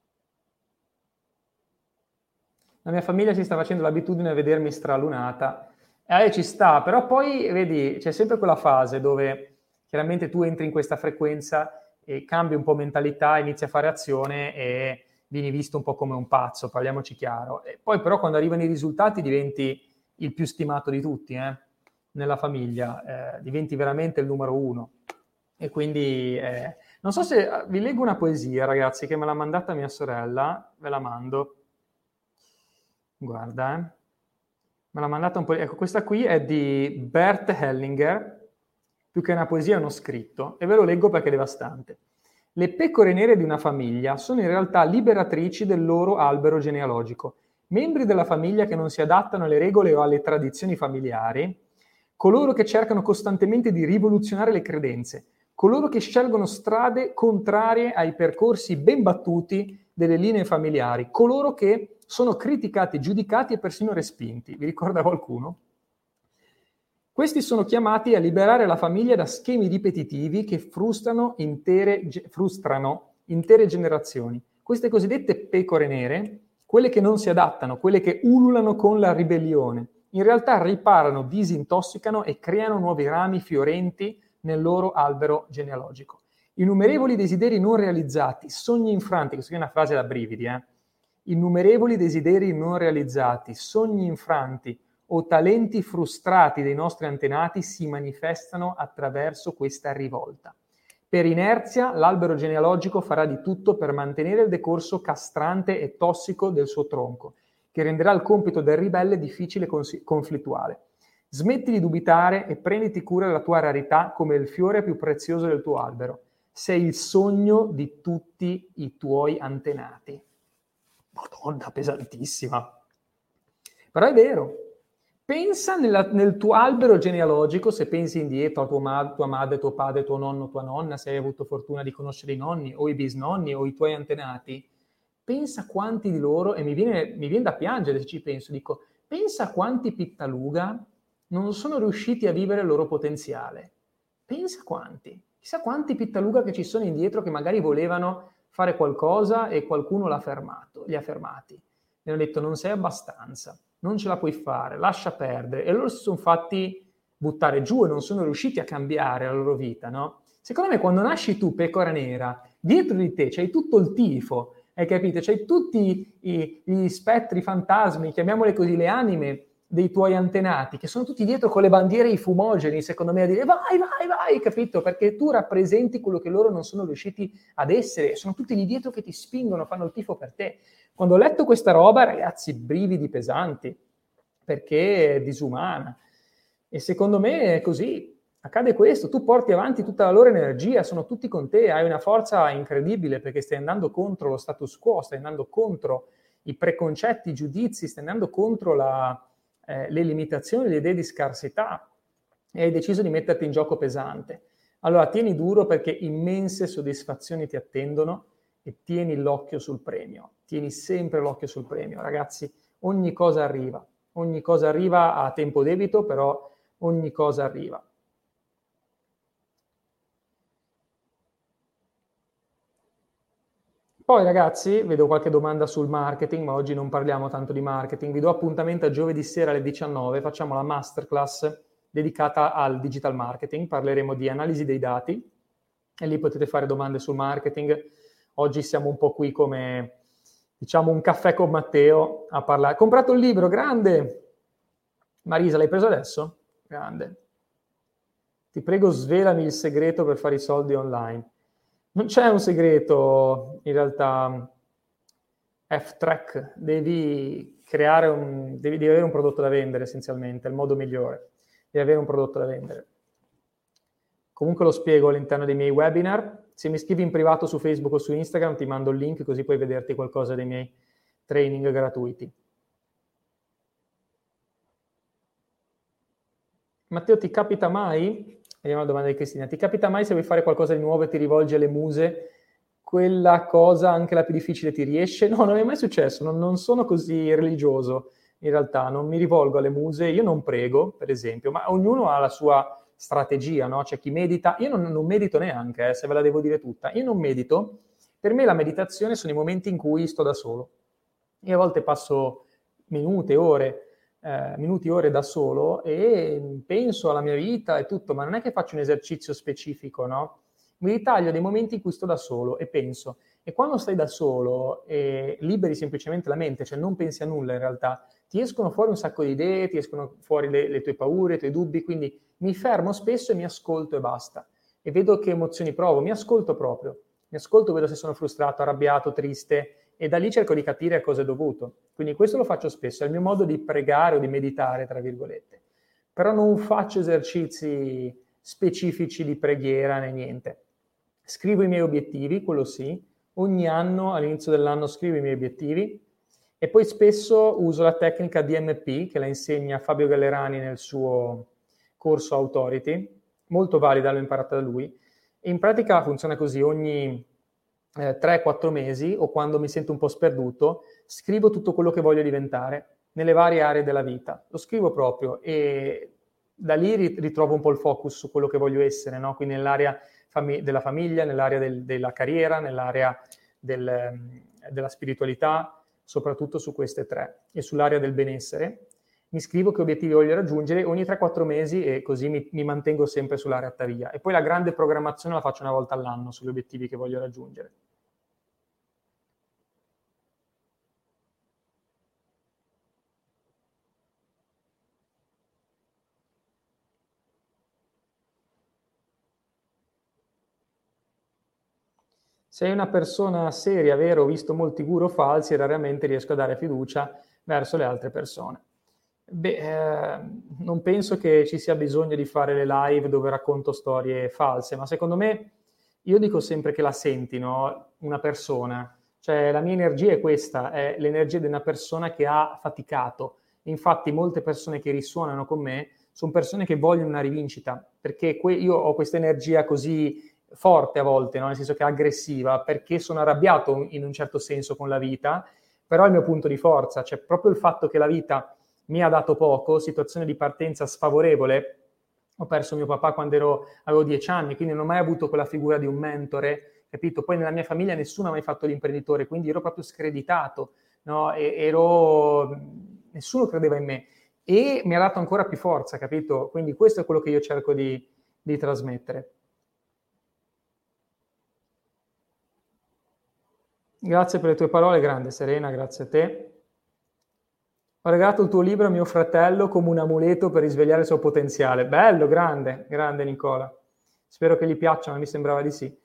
Speaker 1: La mia famiglia si sta facendo l'abitudine a vedermi stralunata. E eh, ci sta, però poi, vedi, c'è sempre quella fase dove chiaramente tu entri in questa frequenza e cambi un po' mentalità, inizi a fare azione e vieni visto un po' come un pazzo, parliamoci chiaro. E poi però quando arrivano i risultati diventi il più stimato di tutti, eh? Nella famiglia, eh, diventi veramente il numero uno. E quindi... Eh, non so se vi leggo una poesia, ragazzi, che me l'ha mandata mia sorella, ve la mando. Guarda, eh. Me l'ha mandata un po'. Ecco, questa qui è di Bert Hellinger, più che una poesia è uno scritto, e ve lo leggo perché è devastante. Le pecore nere di una famiglia sono in realtà liberatrici del loro albero genealogico, membri della famiglia che non si adattano alle regole o alle tradizioni familiari, coloro che cercano costantemente di rivoluzionare le credenze, coloro che scelgono strade contrarie ai percorsi ben battuti delle linee familiari, coloro che sono criticati, giudicati e persino respinti. Vi ricorda qualcuno? Questi sono chiamati a liberare la famiglia da schemi ripetitivi che frustrano intere, frustrano intere generazioni. Queste cosiddette pecore nere, quelle che non si adattano, quelle che ululano con la ribellione, in realtà riparano, disintossicano e creano nuovi rami fiorenti nel loro albero genealogico. Innumerevoli desideri non realizzati, sogni infranti, questa è una frase da brividi, eh? Innumerevoli desideri non realizzati, sogni infranti o talenti frustrati dei nostri antenati si manifestano attraverso questa rivolta. Per inerzia, l'albero genealogico farà di tutto per mantenere il decorso castrante e tossico del suo tronco, che renderà il compito del ribelle difficile e conflittuale. Smetti di dubitare e prenditi cura della tua rarità come il fiore più prezioso del tuo albero. Sei il sogno di tutti i tuoi antenati. Madonna, pesantissima. Però è vero. Pensa nella, nel tuo albero genealogico, se pensi indietro a tua, ma- tua madre, tuo padre, tuo nonno, tua nonna, se hai avuto fortuna di conoscere i nonni o i bisnonni o i tuoi antenati, pensa quanti di loro, e mi viene, mi viene da piangere se ci penso, dico, pensa quanti Pittaluga non sono riusciti a vivere il loro potenziale. Pensa quanti. Chissà quanti Pittaluga che ci sono indietro che magari volevano fare qualcosa e qualcuno l'ha fermato, li ha fermati. Mi hanno detto non sei abbastanza, non ce la puoi fare, lascia perdere. E loro si sono fatti buttare giù e non sono riusciti a cambiare la loro vita, no? Secondo me quando nasci tu, pecora nera, dietro di te c'hai tutto il tifo, hai capito? C'hai tutti i, gli spettri, i fantasmi, chiamiamole così, le anime dei tuoi antenati, che sono tutti dietro con le bandiere, i fumogeni, secondo me, a dire vai, vai, vai, capito? Perché tu rappresenti quello che loro non sono riusciti ad essere, sono tutti lì dietro che ti spingono, fanno il tifo per te. Quando ho letto questa roba, ragazzi, brividi pesanti, perché è disumana. E secondo me è così. Accade questo, tu porti avanti tutta la loro energia, sono tutti con te, hai una forza incredibile perché stai andando contro lo status quo, stai andando contro i preconcetti, i giudizi, stai andando contro la, eh, le limitazioni, le idee di scarsità e hai deciso di metterti in gioco pesante. Allora tieni duro perché immense soddisfazioni ti attendono e tieni l'occhio sul premio, tieni sempre l'occhio sul premio. Ragazzi, ogni cosa arriva, ogni cosa arriva a tempo debito, però ogni cosa arriva. Poi ragazzi, vedo qualche domanda sul marketing, ma oggi non parliamo tanto di marketing. Vi do appuntamento a giovedì sera alle diciannove, facciamo la masterclass dedicata al digital marketing, parleremo di analisi dei dati e lì potete fare domande sul marketing. Oggi siamo un po' qui come, diciamo, un caffè con Matteo a parlare. Comprato il libro, grande! Marisa, l'hai preso adesso? Grande. Ti prego, svelami il segreto per fare i soldi online. Non c'è un segreto, in realtà, F-Track, devi creare un, devi, devi avere un prodotto da vendere essenzialmente, è il modo migliore, devi avere un prodotto da vendere. Comunque lo spiego all'interno dei miei webinar, se mi scrivi in privato su Facebook o su Instagram ti mando il link così puoi vederti qualcosa dei miei training gratuiti. Matteo, ti capita mai? Vediamo la domanda di Cristina. Ti capita mai se vuoi fare qualcosa di nuovo e ti rivolgi alle muse, quella cosa anche la più difficile ti riesce? No, non è mai successo, non, non sono così religioso in realtà, non mi rivolgo alle muse, io non prego, per esempio, ma ognuno ha la sua strategia, no? C'è chi medita, io non, non medito neanche, eh, se ve la devo dire tutta, io non medito, per me la meditazione sono i momenti in cui sto da solo. Io a volte passo minuti, ore, Eh, minuti, ore da solo e penso alla mia vita e tutto, ma non è che faccio un esercizio specifico, no? Mi ritaglio dei momenti in cui sto da solo e penso. E quando stai da solo e liberi semplicemente la mente, cioè non pensi a nulla in realtà, ti escono fuori un sacco di idee, ti escono fuori le, le tue paure, i tuoi dubbi, quindi mi fermo spesso e mi ascolto e basta. E vedo che emozioni provo, mi ascolto proprio. Mi ascolto, vedo se sono frustrato, arrabbiato, triste, e da lì cerco di capire a cosa è dovuto. Quindi questo lo faccio spesso, è il mio modo di pregare o di meditare, tra virgolette. Però non faccio esercizi specifici di preghiera né niente. Scrivo i miei obiettivi, quello sì. Ogni anno, all'inizio dell'anno, scrivo i miei obiettivi e poi spesso uso la tecnica D M P, che la insegna Fabio Gallerani nel suo corso Authority, molto valida, l'ho imparata da lui. E in pratica funziona così, ogni Eh, tre quattro mesi o quando mi sento un po' sperduto, scrivo tutto quello che voglio diventare nelle varie aree della vita. Lo scrivo proprio e da lì ritrovo un po' il focus su quello che voglio essere, no? Quindi nell'area fami- della famiglia, nell'area del, della carriera, nell'area del, della spiritualità, soprattutto su queste tre, e sull'area del benessere. Mi scrivo che obiettivi voglio raggiungere ogni tre quattro mesi e così mi, mi mantengo sempre sulla retta via. E poi la grande programmazione la faccio una volta all'anno sugli obiettivi che voglio raggiungere. Sei una persona seria, vero, ho visto molti guru falsi e raramente riesco a dare fiducia verso le altre persone. Beh, eh, non penso che ci sia bisogno di fare le live dove racconto storie false, ma secondo me, io dico sempre che la senti, no? Una persona. Cioè, la mia energia è questa, è l'energia di una persona che ha faticato. Infatti, molte persone che risuonano con me sono persone che vogliono una rivincita, perché que- io ho questa energia così forte a volte, no? Nel senso che è aggressiva, perché sono arrabbiato in un certo senso con la vita, però è il mio punto di forza, cioè proprio il fatto che la vita mi ha dato poco, situazione di partenza sfavorevole, ho perso mio papà quando ero, avevo dieci anni, quindi non ho mai avuto quella figura di un mentore, capito? Poi nella mia famiglia nessuno ha mai fatto l'imprenditore, quindi ero proprio screditato, no? E ero nessuno credeva in me e mi ha dato ancora più forza, capito? Quindi questo è quello che io cerco di, di trasmettere. Grazie per le tue parole, grande Serena, grazie a te. Ho regalato il tuo libro a mio fratello come un amuleto per risvegliare il suo potenziale. Bello, grande, grande Nicola. Spero che gli piaccia, ma mi sembrava di sì.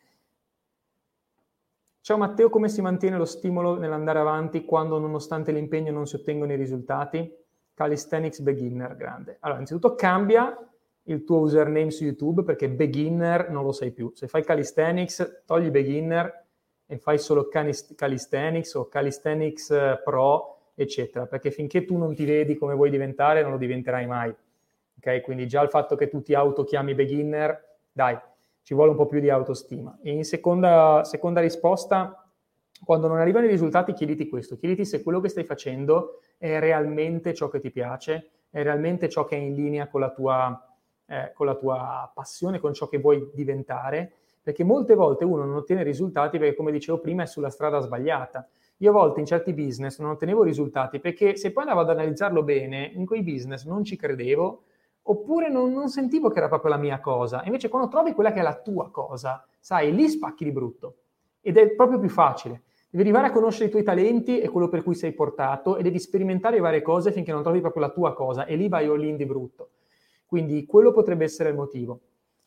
Speaker 1: Ciao Matteo, come si mantiene lo stimolo nell'andare avanti quando nonostante l'impegno non si ottengono i risultati? Calisthenics Beginner, grande. Allora, innanzitutto cambia il tuo username su YouTube perché beginner non lo sai più. Se fai calisthenics, togli beginner e fai solo calisthenics o calisthenics pro, eccetera, perché finché tu non ti vedi come vuoi diventare, non lo diventerai mai. Ok? Quindi già il fatto che tu ti autochiami beginner, dai, ci vuole un po' più di autostima. E in seconda, seconda risposta, quando non arrivano i risultati, chiediti questo, chiediti se quello che stai facendo è realmente ciò che ti piace, è realmente ciò che è in linea con la tua, eh, con la tua passione, con ciò che vuoi diventare, perché molte volte uno non ottiene risultati perché, come dicevo prima, è sulla strada sbagliata. Io a volte in certi business non ottenevo risultati perché se poi andavo ad analizzarlo bene, in quei business non ci credevo, oppure non, non sentivo che era proprio la mia cosa. Invece quando trovi quella che è la tua cosa, sai, lì spacchi di brutto. Ed è proprio più facile. Devi arrivare a conoscere i tuoi talenti e quello per cui sei portato e devi sperimentare varie cose finché non trovi proprio la tua cosa e lì vai all in di brutto. Quindi quello potrebbe essere il motivo.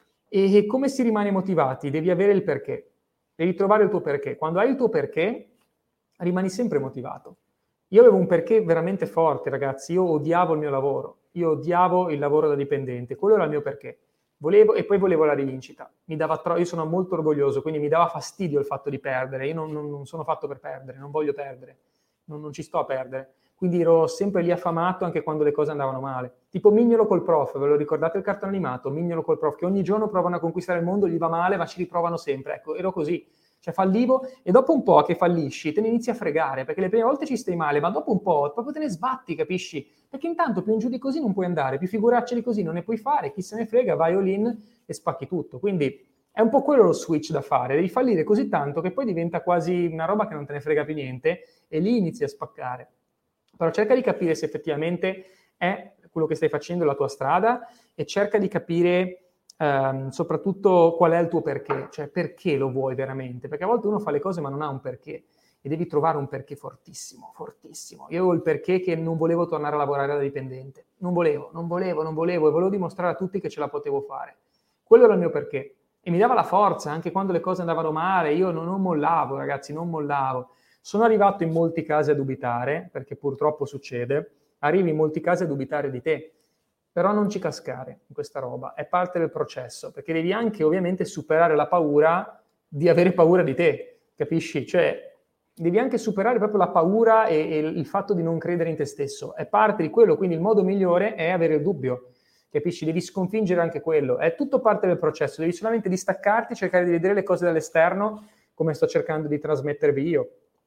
Speaker 1: E come si rimane motivati? Devi avere il perché. Devi trovare il tuo perché. Quando hai il tuo perché, rimani sempre motivato. Io avevo un perché veramente forte, ragazzi. Io odiavo il mio lavoro. Io odiavo il lavoro da dipendente. Quello era il mio perché. Volevo, e poi volevo la rivincita. Mi dava tro- io sono molto orgoglioso, quindi mi dava fastidio il fatto di perdere. Io non, non, non sono fatto per perdere, non voglio perdere. Non, non ci sto a perdere. Quindi ero sempre lì affamato anche quando le cose andavano male. Tipo Mignolo col prof, ve lo ricordate il cartone animato? Mignolo col prof, che ogni giorno provano a conquistare il mondo, gli va male, ma ci riprovano sempre. Ecco, ero così. Cioè fallivo e dopo un po' che fallisci te ne inizi a fregare, perché le prime volte ci stai male, ma dopo un po' proprio te ne sbatti, capisci? Perché intanto più in giù di così non puoi andare, più figuracce di così non ne puoi fare, chi se ne frega, vai all in e spacchi tutto. Quindi è un po' quello lo switch da fare, devi fallire così tanto che poi diventa quasi una roba che non te ne frega più niente e lì inizi a spaccare. Però cerca di capire se effettivamente è quello che stai facendo la tua strada e cerca di capire ehm, soprattutto qual è il tuo perché, cioè perché lo vuoi veramente, perché a volte uno fa le cose ma non ha un perché e devi trovare un perché fortissimo, fortissimo. Io avevo il perché che non volevo tornare a lavorare da dipendente, non volevo, non volevo, non volevo e volevo dimostrare a tutti che ce la potevo fare. Quello era il mio perché e mi dava la forza anche quando le cose andavano male, io non, non mollavo, ragazzi, non mollavo. Sono arrivato in molti casi a dubitare, perché purtroppo succede, arrivi in molti casi a dubitare di te, però non ci cascare in questa roba, è parte del processo, perché devi anche ovviamente superare la paura di avere paura di te, capisci? Cioè, devi anche superare proprio la paura e, e il fatto di non credere in te stesso, è parte di quello, quindi il modo migliore è avere il dubbio, capisci? Devi sconfiggere anche quello, è tutto parte del processo, devi solamente distaccarti, cercare di vedere le cose dall'esterno, come sto cercando di trasmettervi io.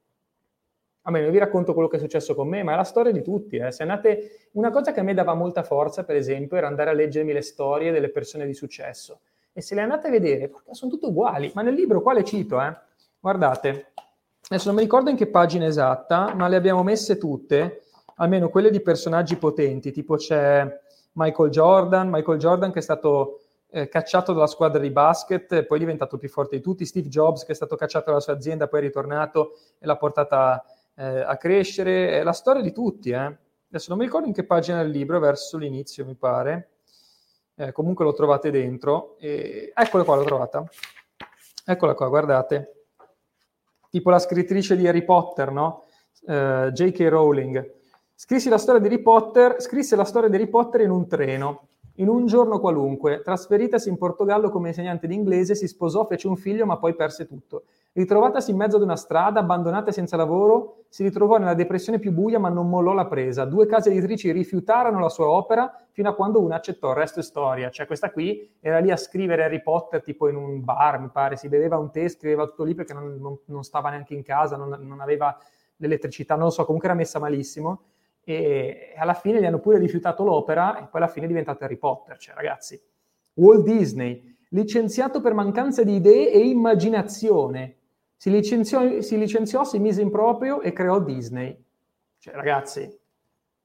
Speaker 1: A me, io vi racconto quello che è successo con me, ma è la storia di tutti. Eh. Se andate... Una cosa che a me dava molta forza, per esempio, era andare a leggermi le storie delle persone di successo. E se le andate a vedere, sono tutte uguali. Ma nel libro, qua le cito, eh. Guardate, adesso non mi ricordo in che pagina esatta, ma le abbiamo messe tutte, almeno quelle di personaggi potenti, tipo c'è Michael Jordan, Michael Jordan che è stato eh, cacciato dalla squadra di basket e poi è diventato il più forte di tutti, Steve Jobs che è stato cacciato dalla sua azienda, poi è ritornato e l'ha portata Eh, a crescere, è la storia di tutti, eh. Adesso non mi ricordo in che pagina del libro, verso l'inizio mi pare, eh, comunque lo trovate dentro, e... eccola qua, l'ho trovata, eccola qua, guardate, tipo la scrittrice di Harry Potter, no? Uh, J K Rowling, scrisse la storia di Harry Potter, scrisse la storia di Harry Potter in un treno, in un giorno qualunque, trasferitasi in Portogallo come insegnante di inglese, si sposò, fece un figlio, ma poi perse tutto. Ritrovatasi in mezzo ad una strada, abbandonata e senza lavoro, si ritrovò nella depressione più buia ma non mollò la presa. Due case editrici rifiutarono la sua opera fino a quando una accettò. Il resto è storia. Cioè questa qui era lì a scrivere Harry Potter tipo in un bar, mi pare, si beveva un tè, scriveva tutto lì perché non, non, non stava neanche in casa, non, non aveva l'elettricità, non lo so, comunque era messa malissimo. E alla fine gli hanno pure rifiutato l'opera e poi alla fine è diventato Harry Potter. Cioè ragazzi, Walt Disney, licenziato per mancanza di idee e immaginazione. Si licenziò, si licenziò, si mise in proprio e creò Disney. Cioè, ragazzi,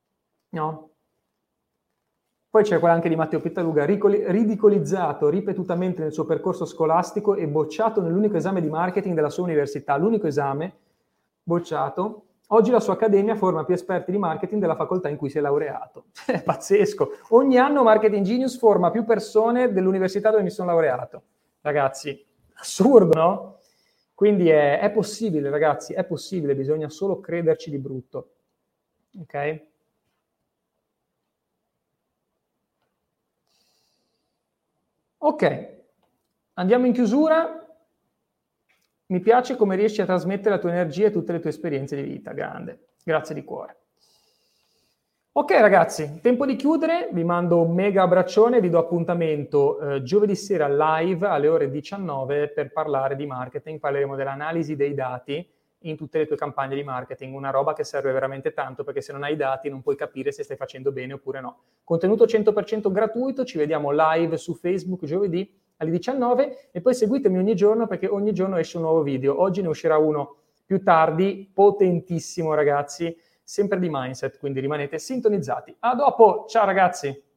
Speaker 1: No? Poi c'è quella anche di Matteo Pittaluga, ridicolizzato ripetutamente nel suo percorso scolastico e bocciato nell'unico esame di marketing della sua università. L'unico esame bocciato. Oggi la sua accademia forma più esperti di marketing della facoltà in cui si è laureato. È pazzesco. Ogni anno Marketing Genius forma più persone dell'università dove mi sono laureato. Ragazzi, assurdo, no? Quindi è, è possibile, ragazzi, è possibile, bisogna solo crederci di brutto. Ok? Ok, andiamo in chiusura. Mi piace come riesci a trasmettere la tua energia e tutte le tue esperienze di vita. Grande, grazie di cuore. Ok ragazzi, tempo di chiudere, vi mando un mega abbraccione, vi do appuntamento eh, giovedì sera live alle ore diciannove per parlare di marketing, parleremo dell'analisi dei dati in tutte le tue campagne di marketing, una roba che serve veramente tanto perché se non hai dati non puoi capire se stai facendo bene oppure no. Contenuto cento per cento gratuito, ci vediamo live su Facebook giovedì alle diciannove e poi seguitemi ogni giorno perché ogni giorno esce un nuovo video. Oggi ne uscirà uno più tardi, potentissimo ragazzi, sempre di mindset, quindi rimanete sintonizzati. A dopo, ciao ragazzi!